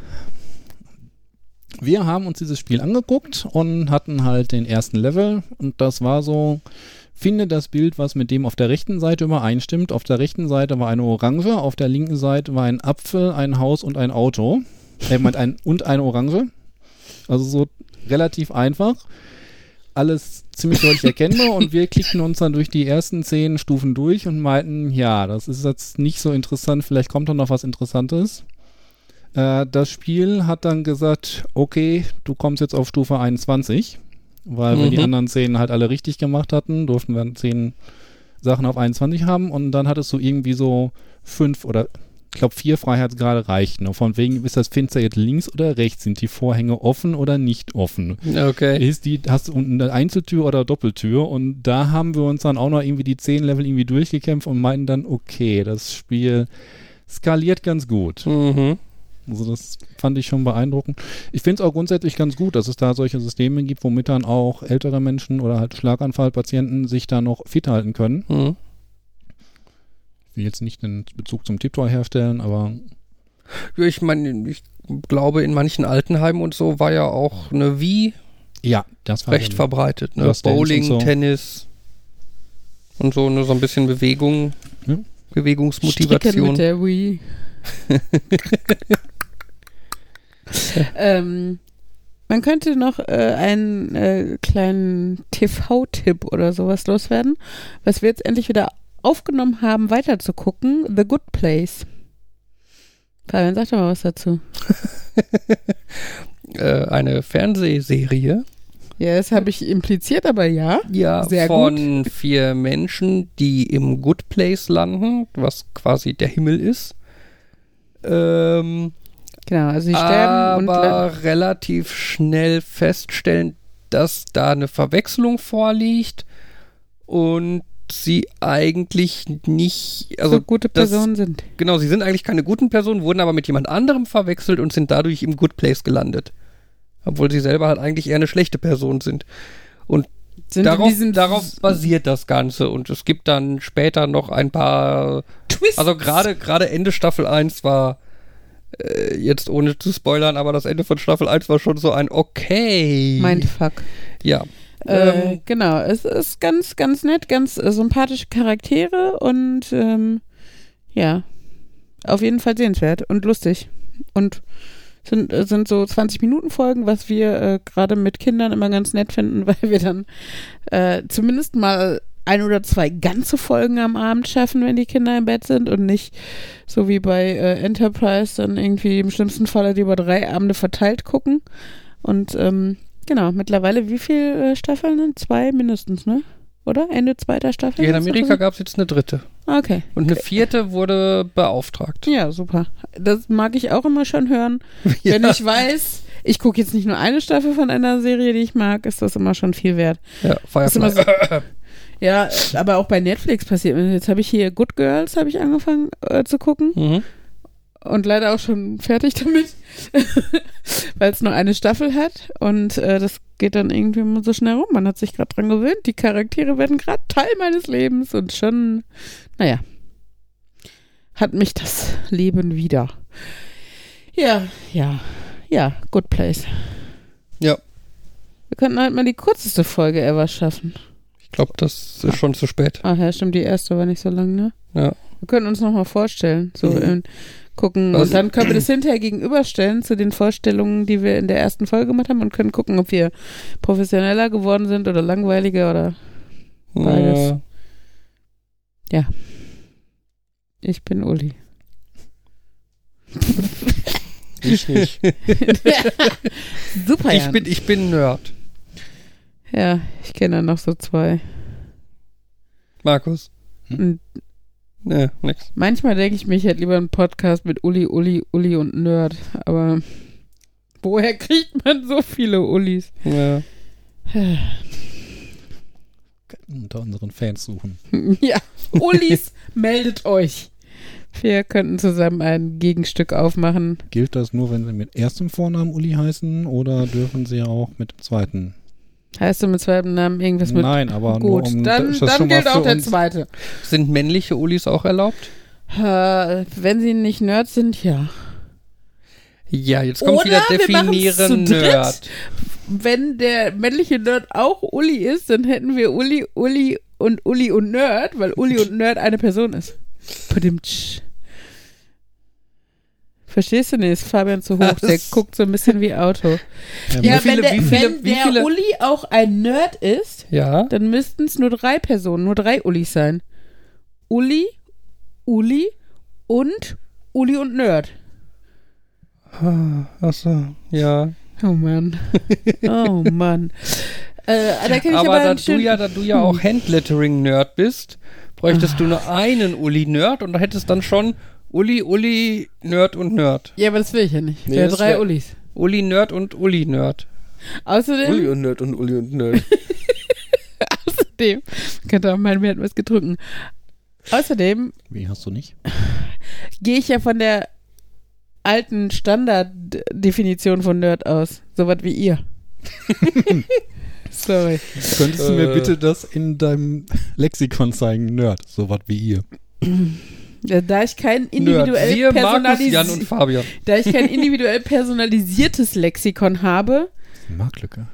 [SPEAKER 3] wir haben uns dieses Spiel angeguckt und hatten halt den ersten Level und das war so, finde das Bild, was mit dem auf der rechten Seite übereinstimmt. Auf der rechten Seite war eine Orange, auf der linken Seite war ein Apfel, ein Haus und ein Auto. Und eine Orange. Also so relativ einfach. Alles ziemlich deutlich erkennbar und wir klickten uns dann durch die ersten 10 Stufen durch und meinten, ja, das ist jetzt nicht so interessant, vielleicht kommt da noch was Interessantes. Das Spiel hat dann gesagt, okay, du kommst jetzt auf Stufe 21, weil wir die anderen 10 halt alle richtig gemacht hatten, durften wir 10 Sachen auf 21 haben und dann hattest du irgendwie so 5 oder ich glaube 4 Freiheitsgrade reichten. Von wegen, ist das Fenster jetzt links oder rechts? Sind die Vorhänge offen oder nicht offen?
[SPEAKER 1] Okay.
[SPEAKER 3] Hast du unten eine Einzeltür oder Doppeltür? Und da haben wir uns dann auch noch irgendwie die 10 Level irgendwie durchgekämpft und meinten dann, okay, das Spiel skaliert ganz gut. Also das fand ich schon beeindruckend. Ich finde es auch grundsätzlich ganz gut, dass es da solche Systeme gibt, womit dann auch ältere Menschen oder halt Schlaganfallpatienten sich da noch fit halten können. will jetzt nicht den Bezug zum Tiptoy herstellen, aber
[SPEAKER 1] Ja, ich meine, ich glaube, in manchen Altenheimen und so war ja auch eine Wii
[SPEAKER 3] ja, das war
[SPEAKER 1] recht verbreitet. Ne?
[SPEAKER 3] Just Dance
[SPEAKER 1] Bowling,
[SPEAKER 3] und so.
[SPEAKER 1] Tennis und so, ne? So ein bisschen Bewegung,
[SPEAKER 3] Ja.
[SPEAKER 2] Stricken
[SPEAKER 1] Bewegungsmotivation.
[SPEAKER 2] mit der Wii. Man könnte noch einen kleinen TV-Tipp oder sowas loswerden, was wir jetzt endlich wieder aufgenommen haben, weiter zu gucken. The Good Place. Fabian, sag doch mal was dazu.
[SPEAKER 1] Eine Fernsehserie.
[SPEAKER 2] Ja, das habe ich impliziert, aber ja.
[SPEAKER 1] Ja,
[SPEAKER 2] Sehr
[SPEAKER 1] von 4 Menschen, die im Good Place landen, was quasi der Himmel ist.
[SPEAKER 2] Genau, also sie sterben
[SPEAKER 1] aber relativ schnell feststellen, dass da eine Verwechslung vorliegt und sie eigentlich nicht, also
[SPEAKER 2] so gute Personen sind.
[SPEAKER 1] Genau, sie sind eigentlich keine guten Personen, wurden aber mit jemand anderem verwechselt und sind dadurch im Good Place gelandet. Obwohl sie selber halt eigentlich eher eine schlechte Person sind. Und
[SPEAKER 2] Sind
[SPEAKER 1] darauf basiert das Ganze. Und es gibt dann später noch ein paar
[SPEAKER 2] Twists.
[SPEAKER 1] Also gerade Ende Staffel 1 war, jetzt ohne zu spoilern, aber das Ende von Staffel 1 war schon so ein okay.
[SPEAKER 2] Mindfuck.
[SPEAKER 1] Ja.
[SPEAKER 2] Genau, es ist ganz, ganz nett, ganz sympathische Charaktere und ja, auf jeden Fall sehenswert und lustig. Und sind so 20-Minuten-Folgen, was wir gerade mit Kindern immer ganz nett finden, weil wir dann zumindest mal 1 oder 2 ganze Folgen am Abend schaffen, wenn die Kinder im Bett sind und nicht so wie bei Enterprise dann irgendwie im schlimmsten Falle die über 3 Abende verteilt gucken. Und genau, mittlerweile wie viele Staffeln sind? 2 mindestens, ne? Oder? Ende 2. Staffel?
[SPEAKER 1] In Amerika gab es jetzt eine 3.
[SPEAKER 2] Okay.
[SPEAKER 1] Und eine 4. wurde beauftragt.
[SPEAKER 2] Ja, super. Das mag ich auch immer schon hören.
[SPEAKER 1] Ja.
[SPEAKER 2] Wenn ich weiß, ich gucke jetzt nicht nur eine Staffel von einer Serie, die ich mag, ist das immer schon viel wert.
[SPEAKER 1] Ja,
[SPEAKER 2] Das ist immer
[SPEAKER 1] Firefly.
[SPEAKER 2] so, ja, aber auch bei Netflix passiert. Jetzt habe ich hier Good Girls habe ich angefangen zu gucken
[SPEAKER 1] Mhm.
[SPEAKER 2] und leider auch schon fertig damit, weil es nur eine Staffel hat und das geht dann irgendwie immer so schnell rum. Man hat sich gerade dran gewöhnt. Die Charaktere werden gerade Teil meines Lebens und schon, naja, hat mich das Leben wieder. Ja, Good Place.
[SPEAKER 1] Ja,
[SPEAKER 2] Wir könnten halt mal die kürzeste Folge ever schaffen.
[SPEAKER 1] ich glaube, das ist schon zu spät.
[SPEAKER 2] Ach ja, stimmt, die erste war nicht so lang, ne?
[SPEAKER 1] Ja.
[SPEAKER 2] Wir können uns nochmal vorstellen, so gucken
[SPEAKER 1] Was?
[SPEAKER 2] und dann können wir das hinterher gegenüberstellen zu den Vorstellungen, die wir in der ersten Folge gemacht haben und können gucken, ob wir professioneller geworden sind oder langweiliger oder beides. Ja. Ich bin Uli.
[SPEAKER 4] Ich nicht.
[SPEAKER 2] Super, Jan.
[SPEAKER 1] Ich bin Nerd.
[SPEAKER 2] Ja, ich kenne noch so 2.
[SPEAKER 1] Markus?
[SPEAKER 2] Und
[SPEAKER 1] Ne, nix.
[SPEAKER 2] manchmal denke ich mir, ich hätte lieber einen Podcast mit Uli und Nerd, aber woher kriegt man so viele Ulis?
[SPEAKER 1] Ja.
[SPEAKER 3] unter unseren Fans suchen.
[SPEAKER 2] Ja, Ulis, meldet euch. Wir könnten zusammen ein Gegenstück aufmachen.
[SPEAKER 3] Gilt das nur, wenn sie mit erstem Vornamen Uli heißen oder dürfen sie auch mit dem zweiten?
[SPEAKER 2] Heißt du mit zweitem Namen irgendwas mit?
[SPEAKER 3] Nein, aber
[SPEAKER 2] Gut,
[SPEAKER 3] nur um
[SPEAKER 2] dann
[SPEAKER 3] das schon mal
[SPEAKER 2] gilt auch
[SPEAKER 3] für
[SPEAKER 2] der
[SPEAKER 3] uns-
[SPEAKER 2] zweite.
[SPEAKER 1] Sind männliche Ulis auch erlaubt?
[SPEAKER 2] Wenn sie nicht Nerds sind, ja.
[SPEAKER 1] Ja, jetzt kommt
[SPEAKER 2] Oder
[SPEAKER 1] wieder
[SPEAKER 2] wir machen's
[SPEAKER 1] definieren
[SPEAKER 2] zu dritt.
[SPEAKER 1] Nerd.
[SPEAKER 2] Wenn der männliche Nerd auch Uli ist, dann hätten wir Uli und Nerd, weil Uli und Nerd eine Person ist. Padimtsch. Verstehst du nicht? Ist Fabian zu hoch. Der
[SPEAKER 1] Was?
[SPEAKER 2] guckt so ein bisschen wie Auto. Ja,
[SPEAKER 1] viele-
[SPEAKER 2] wenn
[SPEAKER 1] wie
[SPEAKER 2] der
[SPEAKER 1] viele-
[SPEAKER 2] Uli auch ein Nerd ist,
[SPEAKER 1] Ja.
[SPEAKER 2] dann müssten es nur 3 Personen, nur 3 Ulis sein. Uli und Nerd.
[SPEAKER 1] Achso, ja.
[SPEAKER 2] Oh Mann. Oh Mann. Da kenn ich
[SPEAKER 1] Aber da
[SPEAKER 2] einen
[SPEAKER 1] du
[SPEAKER 2] schönen-
[SPEAKER 1] ja auch Handlettering-Nerd bist, bräuchtest du nur einen Uli-Nerd und da hättest dann schon Uli, Nerd und Nerd.
[SPEAKER 2] Ja, aber das will ich ja nicht.
[SPEAKER 4] Nee,
[SPEAKER 2] Nee,
[SPEAKER 4] das
[SPEAKER 2] 3
[SPEAKER 4] wär-
[SPEAKER 2] Ulis.
[SPEAKER 1] Uli-Nerd und Uli-Nerd.
[SPEAKER 2] Außerdem,
[SPEAKER 4] Uli und Nerd und Uli und Nerd.
[SPEAKER 2] könnte auch meinen, wir hätten was getrunken. Außerdem
[SPEAKER 3] Wie hast du nicht?
[SPEAKER 2] gehe ich ja von der alten Standarddefinition von Nerd aus. So was wie ihr. Sorry.
[SPEAKER 3] Könntest du mir bitte das in deinem Lexikon zeigen? Nerd, sowas wie ihr.
[SPEAKER 2] Ja, da ich kein
[SPEAKER 1] Siehe Markus, Jan und Fabian.
[SPEAKER 2] Da ich kein individuell personalisiertes Lexikon habe.
[SPEAKER 3] Marktlücke.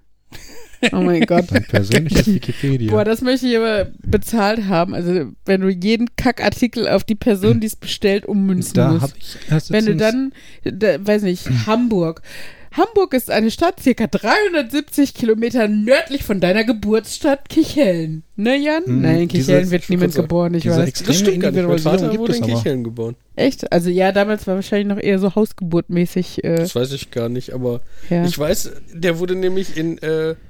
[SPEAKER 2] Oh mein Gott.
[SPEAKER 3] Dein persönliches Wikipedia.
[SPEAKER 2] Boah, das möchte ich aber bezahlt haben. Also, wenn du jeden Kackartikel auf die Person, die es bestellt, ummünzen
[SPEAKER 3] Da
[SPEAKER 2] musst.
[SPEAKER 3] habe ich erst
[SPEAKER 2] Wenn du dann, weiß nicht, Hamburg. Hamburg ist eine Stadt circa 370 Kilometer nördlich von deiner Geburtsstadt Kichellen. Ne, Jan? Nein, in Kichellen wird niemand geboren, ich weiß.
[SPEAKER 4] Das stimmt gar nicht. Mein Vater wurde in Kichellen geboren.
[SPEAKER 2] Echt? Also ja, damals war wahrscheinlich noch eher so Hausgeburtmäßig.
[SPEAKER 4] Das weiß ich gar nicht, aber
[SPEAKER 2] ja.
[SPEAKER 4] Ich weiß, der wurde nämlich in,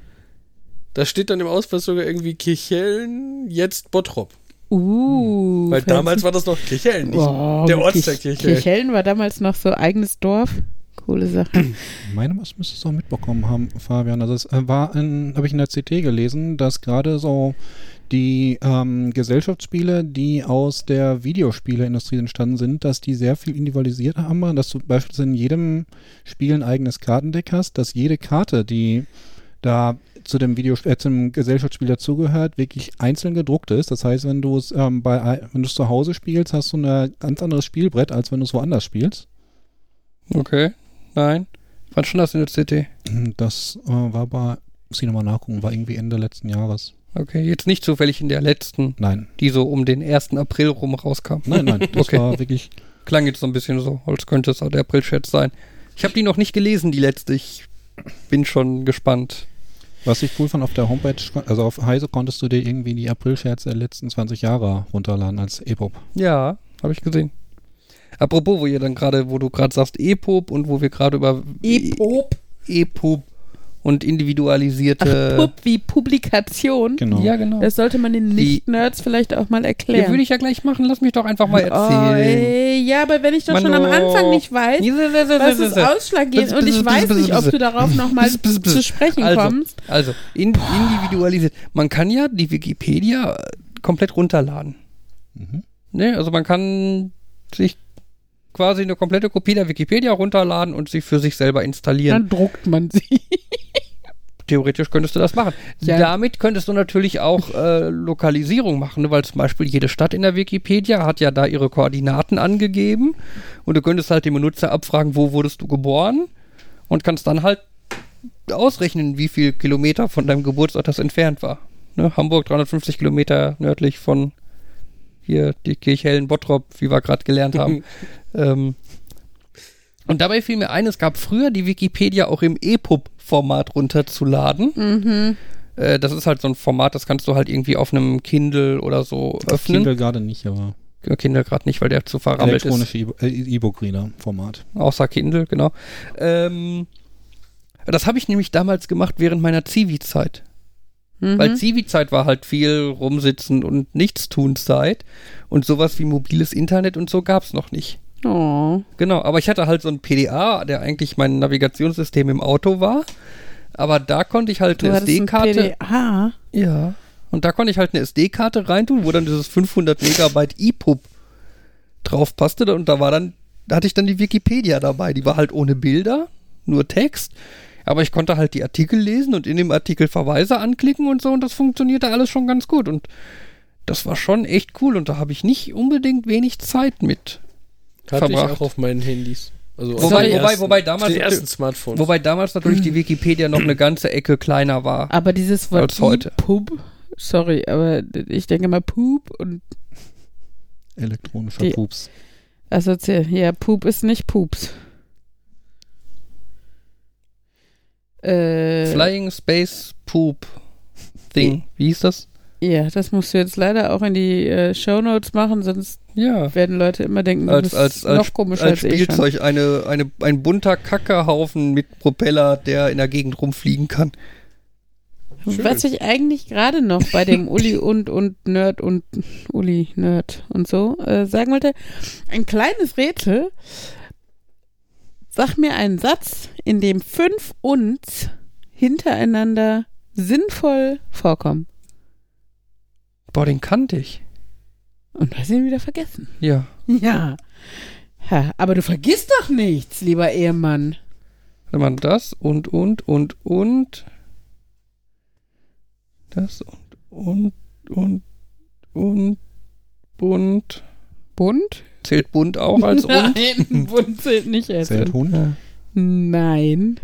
[SPEAKER 4] da steht dann im Ausweis sogar irgendwie Kichellen, jetzt Bottrop. Weil damals war das noch Kichellen, nicht der Ortsteil Kichellen.
[SPEAKER 2] Kichellen war damals noch so eigenes Dorf. Coole Sache.
[SPEAKER 3] Meine, was müsstest du auch mitbekommen haben, Fabian. Also es habe ich in der CT gelesen, dass gerade so die Gesellschaftsspiele, die aus der Videospieleindustrie entstanden sind, dass die sehr viel individualisiert haben, dass du beispielsweise in jedem Spiel ein eigenes Kartendeck hast, dass jede Karte, die da zu dem zum Gesellschaftsspiel dazugehört, wirklich einzeln gedruckt ist. Das heißt, wenn du es zu Hause spielst, hast du ein ganz anderes Spielbrett, als wenn du es woanders spielst.
[SPEAKER 1] Okay. Nein. Wann schon das in der CT?
[SPEAKER 3] Das muss ich nochmal nachgucken, war irgendwie Ende letzten Jahres.
[SPEAKER 1] Okay, jetzt nicht zufällig in der letzten.
[SPEAKER 3] Nein.
[SPEAKER 1] Die so um den 1. April rum rauskam.
[SPEAKER 3] Nein, das war wirklich...
[SPEAKER 1] Klang jetzt so ein bisschen so, als könnte es auch der April-Chat sein. Ich habe die noch nicht gelesen, die letzte. Ich bin schon gespannt.
[SPEAKER 3] Was ich cool fand auf der Homepage, also auf Heise konntest du dir irgendwie die April-Chats der letzten 20 Jahre runterladen als EPUB.
[SPEAKER 1] Ja, habe ich gesehen. Apropos, wo du gerade sagst EPUB und wo wir gerade über EPUB und individualisierte...
[SPEAKER 2] Pub wie Publikation.
[SPEAKER 3] Genau.
[SPEAKER 1] Ja, genau.
[SPEAKER 2] Das sollte man den Nicht-Nerds vielleicht auch mal erklären.
[SPEAKER 1] Ja, würde ich ja gleich machen. Lass mich doch einfach mal erzählen.
[SPEAKER 2] Ja, aber wenn ich doch schon am Anfang nicht weiß, was ist ausschlaggebend und ich weiß nicht, ob du darauf nochmal zu sprechen kommst.
[SPEAKER 1] Also, individualisiert. Man kann ja die Wikipedia komplett runterladen. Ne? Also man kann sich quasi eine komplette Kopie der Wikipedia runterladen und sie für sich selber installieren.
[SPEAKER 2] Dann druckt man sie.
[SPEAKER 1] Theoretisch könntest du das machen. Ja. Damit könntest du natürlich auch Lokalisierung machen, ne? Weil zum Beispiel jede Stadt in der Wikipedia hat ja da ihre Koordinaten angegeben und du könntest halt den Benutzer abfragen, wo wurdest du geboren und kannst dann halt ausrechnen, wie viel Kilometer von deinem Geburtsort das entfernt war. Ne? Hamburg 350 Kilometer nördlich von hier die Kirchhellen Bottrop, wie wir gerade gelernt haben. Und dabei fiel mir ein, es gab früher die Wikipedia auch im EPUB-Format runterzuladen. Das ist halt so ein Format, das kannst du halt irgendwie auf einem Kindle oder so öffnen.
[SPEAKER 3] Kindle gerade nicht, aber...
[SPEAKER 1] Kindle gerade nicht, weil der zu verrammelt ist.
[SPEAKER 3] Elektronische E-Book-Reader-Format.
[SPEAKER 1] Außer Kindle, genau. Das habe ich nämlich damals gemacht während meiner Zivi-Zeit. Weil Zivi-Zeit war halt viel rumsitzen und Nichtstun-Zeit und sowas wie mobiles Internet und so gab es noch nicht.
[SPEAKER 2] Oh.
[SPEAKER 1] Genau, aber ich hatte halt so ein PDA, der eigentlich mein Navigationssystem im Auto war, aber da konnte ich halt eine SD-Karte...
[SPEAKER 2] PDA?
[SPEAKER 1] Ja, und da konnte ich halt eine SD-Karte reintun, wo dann dieses 500 Megabyte EPUB drauf passte und da hatte ich dann die Wikipedia dabei, die war halt ohne Bilder, nur Text. Aber ich konnte halt die Artikel lesen und in dem Artikel Verweise anklicken und so und das funktionierte alles schon ganz gut und das war schon echt cool und da habe ich nicht unbedingt wenig Zeit mit
[SPEAKER 4] verbracht.
[SPEAKER 1] Hatte
[SPEAKER 4] ich auch auf meinen Handys. Also
[SPEAKER 1] wobei damals
[SPEAKER 4] den ersten Smartphones.
[SPEAKER 1] Wobei damals natürlich die Wikipedia noch eine ganze Ecke kleiner war.
[SPEAKER 2] Aber dieses Wort
[SPEAKER 1] als heute.
[SPEAKER 2] Pub, sorry, aber ich denke mal Pup und
[SPEAKER 3] elektronischer Pups.
[SPEAKER 2] Also ja, Pup ist nicht Pups.
[SPEAKER 1] Flying Space Poop Thing. Wie hieß das?
[SPEAKER 2] Ja, das musst du jetzt leider auch in die Shownotes machen, sonst werden Leute immer denken, du bist noch komischer als
[SPEAKER 1] Spielzeug, ein bunter Kackehaufen mit Propeller, der in der Gegend rumfliegen kann.
[SPEAKER 2] Schön. Was ich eigentlich gerade noch bei dem Uli und Nerd und Uli Nerd und so sagen wollte, ein kleines Rätsel. Sag mir einen Satz, in dem 5 Uns hintereinander sinnvoll vorkommen.
[SPEAKER 1] Boah, den kannte ich.
[SPEAKER 2] Und hast ihn wieder vergessen.
[SPEAKER 1] Ja.
[SPEAKER 2] Ja. Ha, aber du vergisst doch nichts, lieber Ehemann.
[SPEAKER 1] Wenn man das und. Das und.
[SPEAKER 2] Bunt?
[SPEAKER 1] Zählt bunt auch als und?
[SPEAKER 2] Nein, bunt zählt nicht als
[SPEAKER 3] Zählt
[SPEAKER 2] und.
[SPEAKER 3] Hund?
[SPEAKER 2] Nein.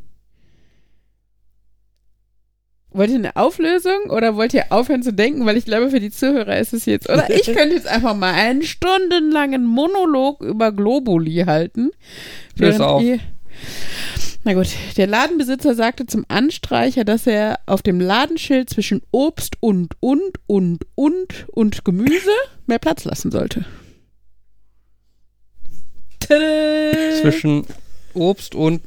[SPEAKER 2] Wollt ihr eine Auflösung oder wollt ihr aufhören zu denken? Weil ich glaube, für die Zuhörer ist es jetzt... Oder ich könnte jetzt einfach mal einen stundenlangen Monolog über Globuli halten.
[SPEAKER 1] Löse auf.
[SPEAKER 2] Na gut, der Ladenbesitzer sagte zum Anstreicher, dass er auf dem Ladenschild zwischen Obst und Gemüse mehr Platz lassen sollte. Tada!
[SPEAKER 1] Zwischen Obst und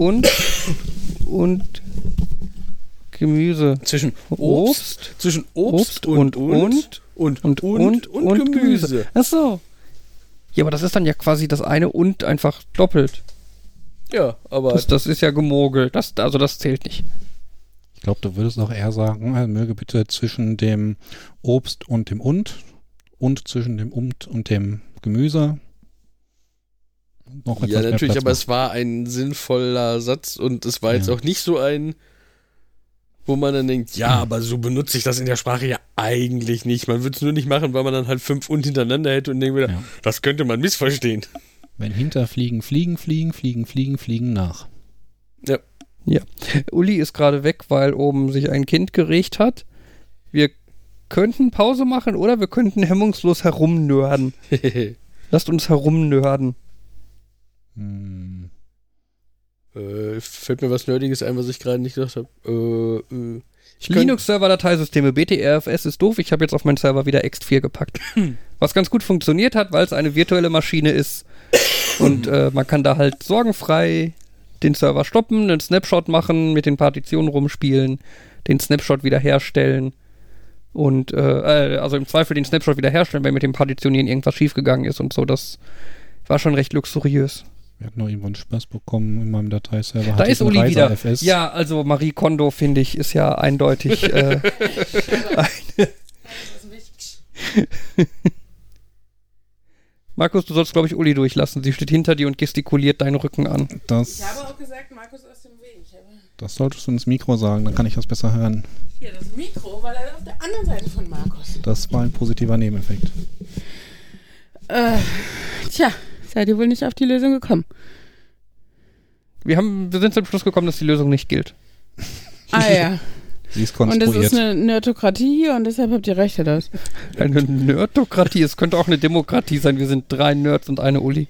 [SPEAKER 1] Gemüse.
[SPEAKER 4] Zwischen Obst und Gemüse.
[SPEAKER 1] Ach so. Ja, aber das ist dann ja quasi das eine und einfach doppelt.
[SPEAKER 4] Ja, aber...
[SPEAKER 1] Das ist ja gemogelt. Das zählt nicht.
[SPEAKER 3] Ich glaube, du würdest auch eher sagen, möge bitte zwischen dem Obst und dem und zwischen dem und dem Gemüse. Noch
[SPEAKER 4] ja,
[SPEAKER 3] etwas
[SPEAKER 4] natürlich,
[SPEAKER 3] mehr
[SPEAKER 4] aber
[SPEAKER 3] Platz
[SPEAKER 4] es war ein sinnvoller Satz und es war jetzt auch nicht so ein, wo man dann denkt, ja, aber so benutze ich das in der Sprache ja eigentlich nicht. Man würde es nur nicht machen, weil man dann halt 5 und hintereinander hätte und denkt wieder, das könnte man missverstehen.
[SPEAKER 3] Wenn hinterfliegen, fliegen nach.
[SPEAKER 4] Ja.
[SPEAKER 1] Ja. Uli ist gerade weg, weil oben sich ein Kind geregt hat. Wir könnten Pause machen oder wir könnten hemmungslos herumnörden. Lasst uns herumnörden.
[SPEAKER 4] Fällt mir was Nerdiges ein, was ich gerade nicht gesagt habe.
[SPEAKER 1] Linux-Server-Dateisysteme, BTRFS ist doof. Ich habe jetzt auf meinen Server wieder ext4 gepackt. Was ganz gut funktioniert hat, weil es eine virtuelle Maschine ist. Und man kann da halt sorgenfrei den Server stoppen, einen Snapshot machen, mit den Partitionen rumspielen, den Snapshot wiederherstellen und also im Zweifel den Snapshot wiederherstellen, wenn mit dem Partitionieren irgendwas schiefgegangen ist und so. Das war schon recht luxuriös.
[SPEAKER 3] Wir hatten noch irgendwo einen Spaß bekommen in meinem Dateiserver.
[SPEAKER 1] Da ist Uli wieder.
[SPEAKER 3] FS.
[SPEAKER 1] Ja, also Marie Kondo, finde ich, ist ja eindeutig Markus, du sollst, glaube ich, Uli durchlassen. Sie steht hinter dir und gestikuliert deinen Rücken an.
[SPEAKER 2] Ich habe auch gesagt, Markus aus dem Weg.
[SPEAKER 3] Das solltest du ins Mikro sagen, dann kann ich das besser hören.
[SPEAKER 2] Hier, das Mikro war leider auf der anderen Seite von Markus.
[SPEAKER 3] Das war ein positiver Nebeneffekt.
[SPEAKER 2] Seid ihr wohl nicht auf die Lösung gekommen?
[SPEAKER 1] Wir sind zum Schluss gekommen, dass die Lösung nicht gilt.
[SPEAKER 2] Ah ja.
[SPEAKER 3] Sie ist
[SPEAKER 2] Und
[SPEAKER 3] konstruiert.
[SPEAKER 2] es ist eine Nerdokratie hier und deshalb habt ihr recht, das.
[SPEAKER 1] Eine Nerdokratie, es könnte auch eine Demokratie sein. Wir sind 3 Nerds und eine Uli.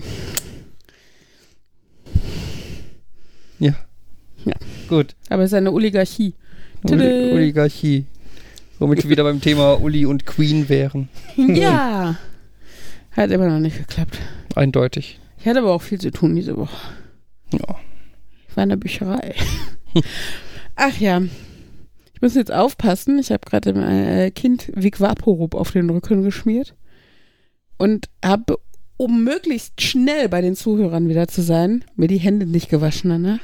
[SPEAKER 1] Ja. Gut.
[SPEAKER 2] Aber es ist eine Oligarchie.
[SPEAKER 1] Oligarchie. Womit wir wieder beim Thema Uli und Queen wären.
[SPEAKER 2] Ja. Hat immer noch nicht geklappt.
[SPEAKER 1] Eindeutig.
[SPEAKER 2] Ich hatte aber auch viel zu tun diese Woche.
[SPEAKER 1] Ja.
[SPEAKER 2] Ich war in der Bücherei. Ach ja. Ich muss jetzt aufpassen. Ich habe gerade dem Kind Vic Vaporub auf den Rücken geschmiert. Und habe, um möglichst schnell bei den Zuhörern wieder zu sein, mir die Hände nicht gewaschen danach.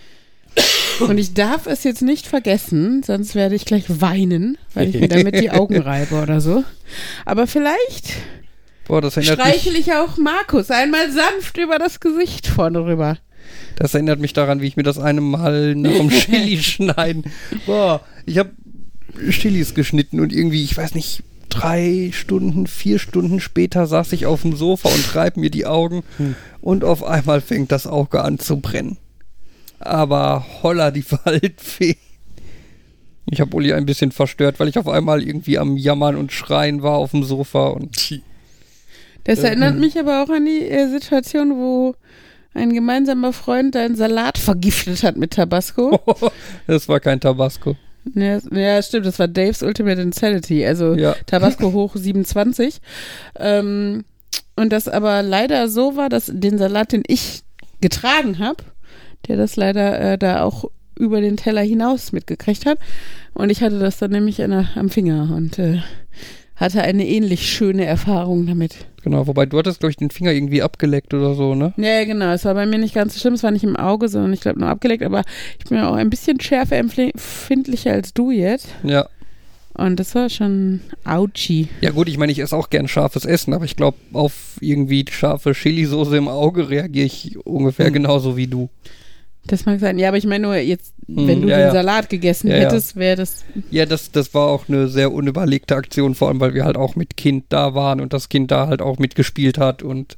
[SPEAKER 2] Und ich darf es jetzt nicht vergessen, sonst werde ich gleich weinen, weil ich mir damit die Augen reibe oder so. Aber vielleicht streichel ich auch Markus einmal sanft über das Gesicht vorne rüber.
[SPEAKER 1] Das erinnert mich daran, wie ich mir das eine Mal nach dem Chili schneiden. Ich habe Chilis geschnitten und irgendwie, ich weiß nicht, 3 Stunden, 4 Stunden später saß ich auf dem Sofa und reibe mir die Augen und auf einmal fängt das Auge an zu brennen. Aber holla die Waldfee. Ich habe Uli ein bisschen verstört, weil ich auf einmal irgendwie am Jammern und Schreien war auf dem Sofa. Und
[SPEAKER 2] das erinnert mich aber auch an die Situation, wo ein gemeinsamer Freund deinen Salat vergiftet hat mit Tabasco.
[SPEAKER 1] Das war kein Tabasco.
[SPEAKER 2] Ja, stimmt, das war Dave's Ultimate Insanity, also Tabasco hoch 27. Und das aber leider so war, dass den Salat, den ich getragen habe, der das leider da auch über den Teller hinaus mitgekriegt hat. Und ich hatte das dann nämlich am Finger und hatte eine ähnlich schöne Erfahrung damit.
[SPEAKER 1] Genau, wobei du hattest, glaube ich, den Finger irgendwie abgeleckt oder so, ne?
[SPEAKER 2] Ja, genau. Es war bei mir nicht ganz so schlimm. Es war nicht im Auge, sondern ich glaube nur abgeleckt. Aber ich bin ja auch ein bisschen schärfer empfindlicher als du jetzt.
[SPEAKER 1] Ja.
[SPEAKER 2] Und das war schon ouchy.
[SPEAKER 1] Ja gut, ich meine, ich esse auch gern scharfes Essen, aber ich glaube, auf irgendwie scharfe Chili-Soße im Auge reagiere ich ungefähr genauso wie du.
[SPEAKER 2] Das mag sein. Ja, aber ich meine nur jetzt, wenn du den Salat gegessen hättest, wäre das...
[SPEAKER 1] Ja, das war auch eine sehr unüberlegte Aktion, vor allem, weil wir halt auch mit Kind da waren und das Kind da halt auch mitgespielt hat und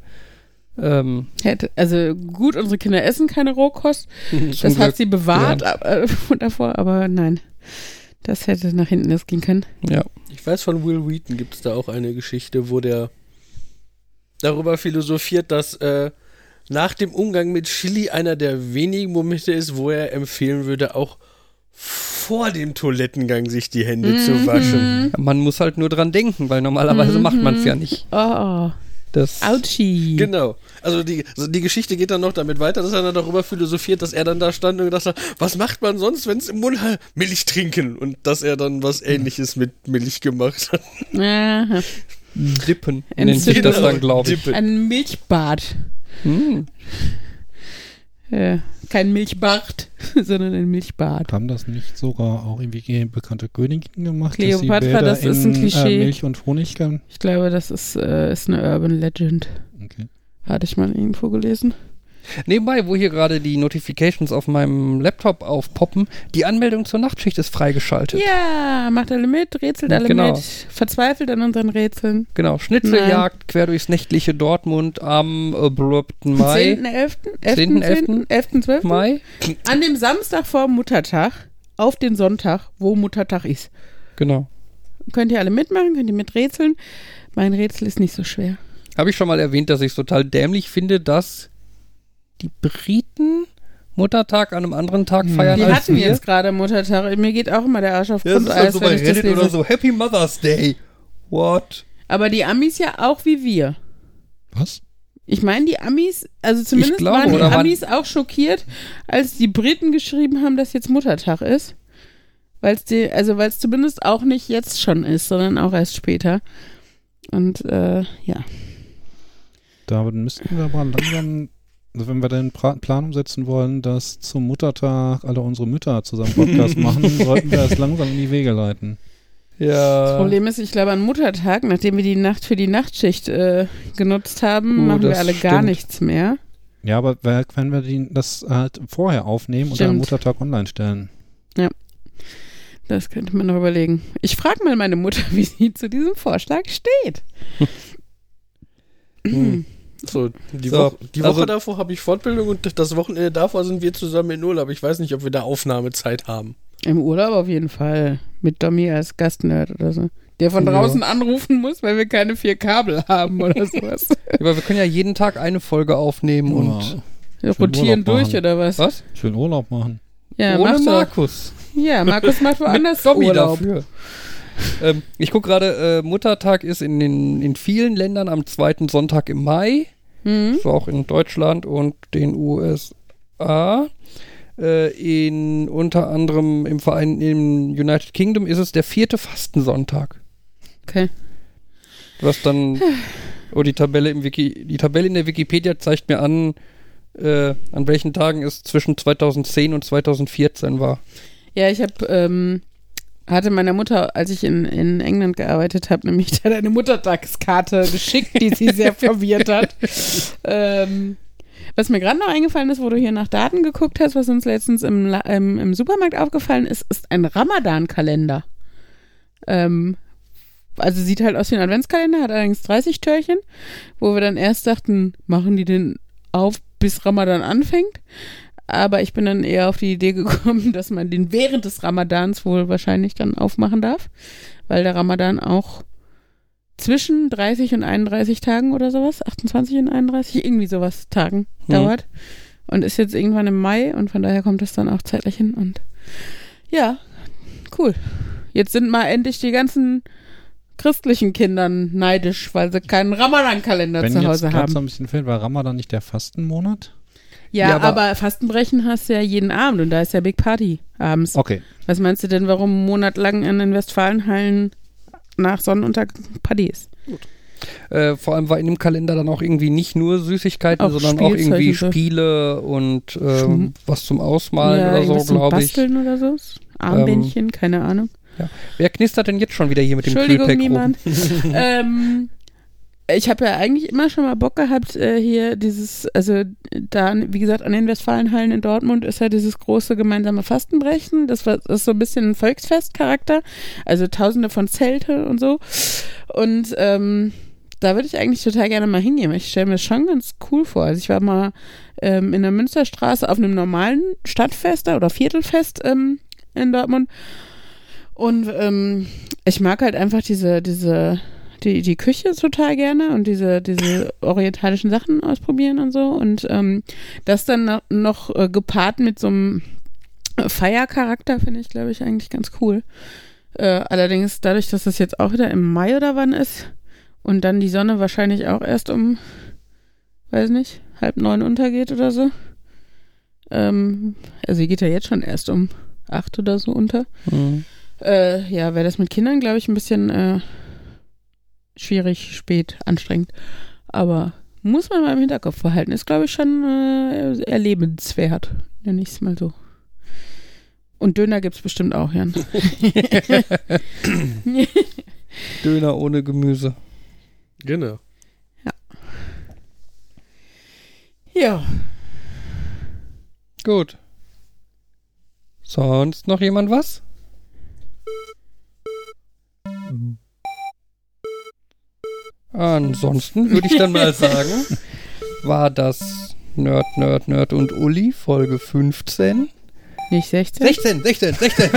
[SPEAKER 2] also gut, unsere Kinder essen keine Rohkost. Das hat sie bewahrt davor, aber nein. Das hätte nach hinten losgehen können.
[SPEAKER 1] Ja.
[SPEAKER 4] Ich weiß, von Will Wheaton gibt es da auch eine Geschichte, wo der darüber philosophiert, dass nach dem Umgang mit Chili einer der wenigen Momente ist, wo er empfehlen würde, auch vor dem Toilettengang sich die Hände zu waschen.
[SPEAKER 1] Man muss halt nur dran denken, weil normalerweise macht man es ja nicht.
[SPEAKER 2] Oh. Ouchie.
[SPEAKER 4] Genau. Also die Geschichte geht dann noch damit weiter, dass er dann darüber philosophiert, dass er dann da stand und gedacht hat, was macht man sonst, wenn es im Mund hat? Milch trinken. Und dass er dann was Ähnliches mit Milch gemacht hat.
[SPEAKER 2] Aha.
[SPEAKER 1] Dippen nennt sich das dann, glaube ich.
[SPEAKER 2] Ein Milchbad. Kein Milchbad, sondern ein Milchbad.
[SPEAKER 3] Haben das nicht sogar auch irgendwie bekannte Königinnen gemacht?
[SPEAKER 2] Kleopatra, das ist ein Klischee.
[SPEAKER 3] Milch und Honig kann?
[SPEAKER 2] Ich glaube, das ist eine Urban Legend.
[SPEAKER 3] Okay.
[SPEAKER 2] Hatte ich mal irgendwo gelesen.
[SPEAKER 1] Nebenbei, wo hier gerade die Notifications auf meinem Laptop aufpoppen, die Anmeldung zur Nachtschicht ist freigeschaltet.
[SPEAKER 2] Ja, macht alle mit, rätselt alle mit, verzweifelt an unseren Rätseln.
[SPEAKER 1] Genau, Schnitzeljagd quer durchs nächtliche Dortmund am Mai.
[SPEAKER 2] 10.11.
[SPEAKER 1] Mai.
[SPEAKER 2] An dem Samstag vor Muttertag, auf den Sonntag, wo Muttertag ist.
[SPEAKER 1] Genau.
[SPEAKER 2] Könnt ihr alle mitmachen, könnt ihr miträtseln. Mein Rätsel ist nicht so schwer.
[SPEAKER 1] Habe ich schon mal erwähnt, dass ich es total dämlich finde, dass die Briten Muttertag an einem anderen Tag feiern
[SPEAKER 2] die
[SPEAKER 1] als
[SPEAKER 2] hatten
[SPEAKER 1] wir.
[SPEAKER 2] Jetzt gerade Muttertag. Mir geht auch immer der Arsch auf
[SPEAKER 1] Grundeis.
[SPEAKER 2] Grundeis.
[SPEAKER 1] Das ist halt so bei Reddit oder so. Happy Mother's Day. What?
[SPEAKER 2] Aber die Amis ja auch wie wir.
[SPEAKER 3] Was?
[SPEAKER 2] Ich meine, die Amis, also zumindest waren die Amis auch schockiert, als die Briten geschrieben haben, dass jetzt Muttertag ist. Weil es zumindest auch nicht jetzt schon ist, sondern auch erst später. Und ja.
[SPEAKER 3] Da müssten wir aber langsam, also wenn wir den Plan umsetzen wollen, dass zum Muttertag alle unsere Mütter zusammen Podcast machen, sollten wir es langsam in die Wege leiten.
[SPEAKER 1] Ja.
[SPEAKER 2] Das Problem ist, ich glaube, an Muttertag, nachdem wir die Nacht für die Nachtschicht genutzt haben, machen wir alle gar nichts mehr.
[SPEAKER 3] Ja, aber wenn wir das halt vorher aufnehmen und am Muttertag online stellen.
[SPEAKER 2] Ja. Das könnte man noch überlegen. Ich frage mal meine Mutter, wie sie zu diesem Vorschlag steht.
[SPEAKER 4] So, die Woche davor habe ich Fortbildung und das Wochenende davor sind wir zusammen in Urlaub. Ich weiß nicht, ob wir da Aufnahmebezeit haben.
[SPEAKER 2] Im Urlaub auf jeden Fall. Mit Domi als Gastnerd oder so. Der von draußen anrufen muss, weil wir keine 4 Kabel haben oder sowas.
[SPEAKER 1] Aber wir können ja jeden Tag eine Folge aufnehmen und
[SPEAKER 2] rotieren durch oder was?
[SPEAKER 1] Was?
[SPEAKER 3] Ich will Urlaub machen.
[SPEAKER 2] Ja,
[SPEAKER 1] ohne Markus.
[SPEAKER 2] Ja, Markus macht woanders
[SPEAKER 1] Domi
[SPEAKER 2] Urlaub.
[SPEAKER 1] Dafür. Ich gucke gerade, Muttertag ist in vielen Ländern am 2. Sonntag im Mai. So auch in Deutschland und den USA. Unter anderem im United Kingdom ist es der 4. Fastensonntag.
[SPEAKER 2] Okay.
[SPEAKER 1] Was dann, die Tabelle in der Wikipedia zeigt mir an welchen Tagen es zwischen 2010 und 2014 war.
[SPEAKER 2] Ja, ich hatte meiner Mutter, als ich in England gearbeitet habe, nämlich dann eine Muttertagskarte geschickt, die sie sehr verwirrt hat. Was mir gerade noch eingefallen ist, wo du hier nach Daten geguckt hast, was uns letztens im Supermarkt aufgefallen ist, ist ein Ramadan-Kalender. Also sieht halt aus wie ein Adventskalender, hat allerdings 30 Türchen, wo wir dann erst dachten, machen die den auf, bis Ramadan anfängt? Aber ich bin dann eher auf die Idee gekommen, dass man den während des Ramadans wohl wahrscheinlich dann aufmachen darf, weil der Ramadan auch zwischen 30 und 31 Tagen oder sowas, 28 und 31, irgendwie sowas Tagen dauert und ist jetzt irgendwann im Mai und von daher kommt es dann auch zeitlich hin und ja, cool. Jetzt sind mal endlich die ganzen christlichen Kindern neidisch, weil sie keinen Ramadan-Kalender zu Hause haben.
[SPEAKER 3] Wenn jetzt so ein bisschen fehlt, war Ramadan nicht der Fastenmonat?
[SPEAKER 2] Ja, aber Fastenbrechen hast du ja jeden Abend und da ist ja Big Party abends.
[SPEAKER 3] Okay.
[SPEAKER 2] Was meinst du denn, warum monatelang in den Westfalenhallen nach Sonnenuntergang Party ist?
[SPEAKER 1] Gut. Vor allem war in dem Kalender dann auch irgendwie nicht nur Süßigkeiten,
[SPEAKER 2] auch
[SPEAKER 1] sondern auch irgendwie Spiele und was zum Ausmalen oder so, glaube ich.
[SPEAKER 2] Basteln oder so? Armbändchen, keine Ahnung.
[SPEAKER 1] Ja. Wer knistert denn jetzt schon wieder hier mit dem
[SPEAKER 2] Entschuldigung,
[SPEAKER 1] Kühlpack
[SPEAKER 2] niemand. Ich habe ja eigentlich immer schon mal Bock gehabt, hier dieses, also da, wie gesagt, an den Westfalenhallen in Dortmund ist ja dieses große gemeinsame Fastenbrechen. Das ist so ein bisschen ein Volksfestcharakter, also tausende von Zelte und so. Und da würde ich eigentlich total gerne mal hingehen, weil ich stelle mir das schon ganz cool vor. Also ich war mal in der Münsterstraße auf einem normalen Stadtfest oder Viertelfest in Dortmund. Und ich mag halt einfach die Küche total gerne und diese orientalischen Sachen ausprobieren und so. Und das dann noch gepaart mit so einem Feiercharakter finde ich, glaube ich, eigentlich ganz cool. Allerdings dadurch, dass das jetzt auch wieder im Mai oder wann ist und dann die Sonne wahrscheinlich auch erst um, weiß nicht, 8:30 untergeht oder so. Also die geht ja jetzt schon erst um 8 oder so unter.
[SPEAKER 1] Mhm.
[SPEAKER 2] Ja, wäre das mit Kindern, glaube ich, ein bisschen schwierig, spät, anstrengend. Aber muss man mal im Hinterkopf behalten. Ist, glaube ich, schon erlebenswert. Nenne ich es mal so. Und Döner gibt es bestimmt auch, Jan.
[SPEAKER 1] Döner ohne Gemüse.
[SPEAKER 4] Genau.
[SPEAKER 2] Ja.
[SPEAKER 1] Gut. Sonst noch jemand was? Ansonsten würde ich dann mal sagen, war das Nerd und Uli, Folge 15.
[SPEAKER 2] Nicht 16?
[SPEAKER 1] 16.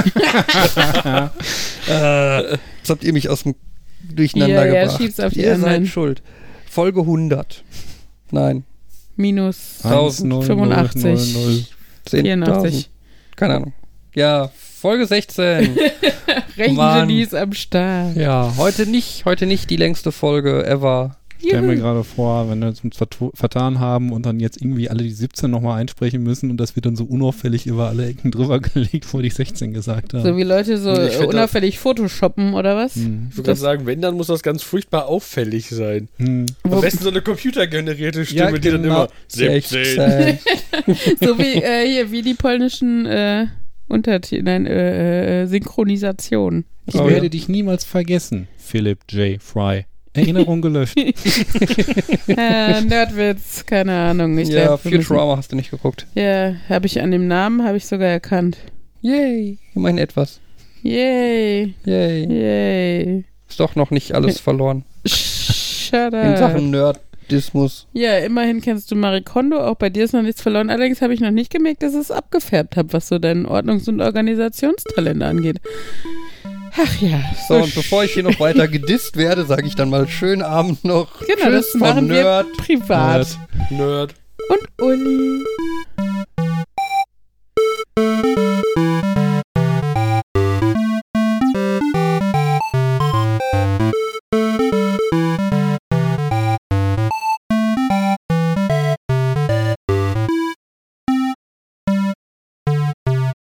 [SPEAKER 1] Jetzt habt ihr mich aus dem Durcheinander gebracht.
[SPEAKER 2] Ja, schieb's auf die
[SPEAKER 1] Ihr
[SPEAKER 2] anderen.
[SPEAKER 1] seid schuld. Folge 100. Nein.
[SPEAKER 2] Minus
[SPEAKER 1] 1085.
[SPEAKER 2] 84.
[SPEAKER 1] Keine Ahnung. Ja, Folge 16.
[SPEAKER 2] Rechengenies am Start.
[SPEAKER 1] Ja, heute nicht die längste Folge ever.
[SPEAKER 3] Ich stelle mir gerade vor, wenn wir uns vertan haben und dann jetzt irgendwie alle die 17 nochmal einsprechen müssen und das wird dann so unauffällig über alle Ecken drüber gelegt, wo die 16 gesagt haben.
[SPEAKER 2] So wie Leute so unauffällig photoshoppen oder was?
[SPEAKER 4] Ich würde gerade sagen, wenn, dann muss das ganz furchtbar auffällig sein. Am besten so eine computergenerierte Stimme,
[SPEAKER 1] Ja,
[SPEAKER 4] die dann
[SPEAKER 1] genau.
[SPEAKER 4] immer 17.
[SPEAKER 2] So wie hier, wie die polnischen Synchronisationen.
[SPEAKER 3] Ich werde dich niemals vergessen, Philip J. Fry. Erinnerung gelöscht.
[SPEAKER 2] Nerdwitz, keine Ahnung. Ich
[SPEAKER 1] Ja,
[SPEAKER 2] glaub,
[SPEAKER 1] Futurama hast du nicht geguckt.
[SPEAKER 2] Ja, habe ich an dem Namen, habe ich sogar erkannt.
[SPEAKER 1] Yay, immerhin etwas.
[SPEAKER 2] Yay.
[SPEAKER 1] Yay.
[SPEAKER 2] Yay.
[SPEAKER 1] Ist doch noch nicht alles verloren.
[SPEAKER 2] Shut
[SPEAKER 1] In
[SPEAKER 2] up.
[SPEAKER 1] Sachen Nerdismus.
[SPEAKER 2] Ja, immerhin kennst du Marie Kondo, auch bei dir ist noch nichts verloren. Allerdings habe ich noch nicht gemerkt, dass es abgefärbt hat, was so dein Ordnungs- und Organisationstalent angeht. Ach ja.
[SPEAKER 1] So, und bevor ich hier noch weiter gedisst werde, sage ich dann mal schönen Abend noch.
[SPEAKER 2] Genau,
[SPEAKER 1] Tschüss
[SPEAKER 2] das machen
[SPEAKER 1] von Nerd.
[SPEAKER 2] wir privat.
[SPEAKER 4] Nerd.
[SPEAKER 2] Und Uli.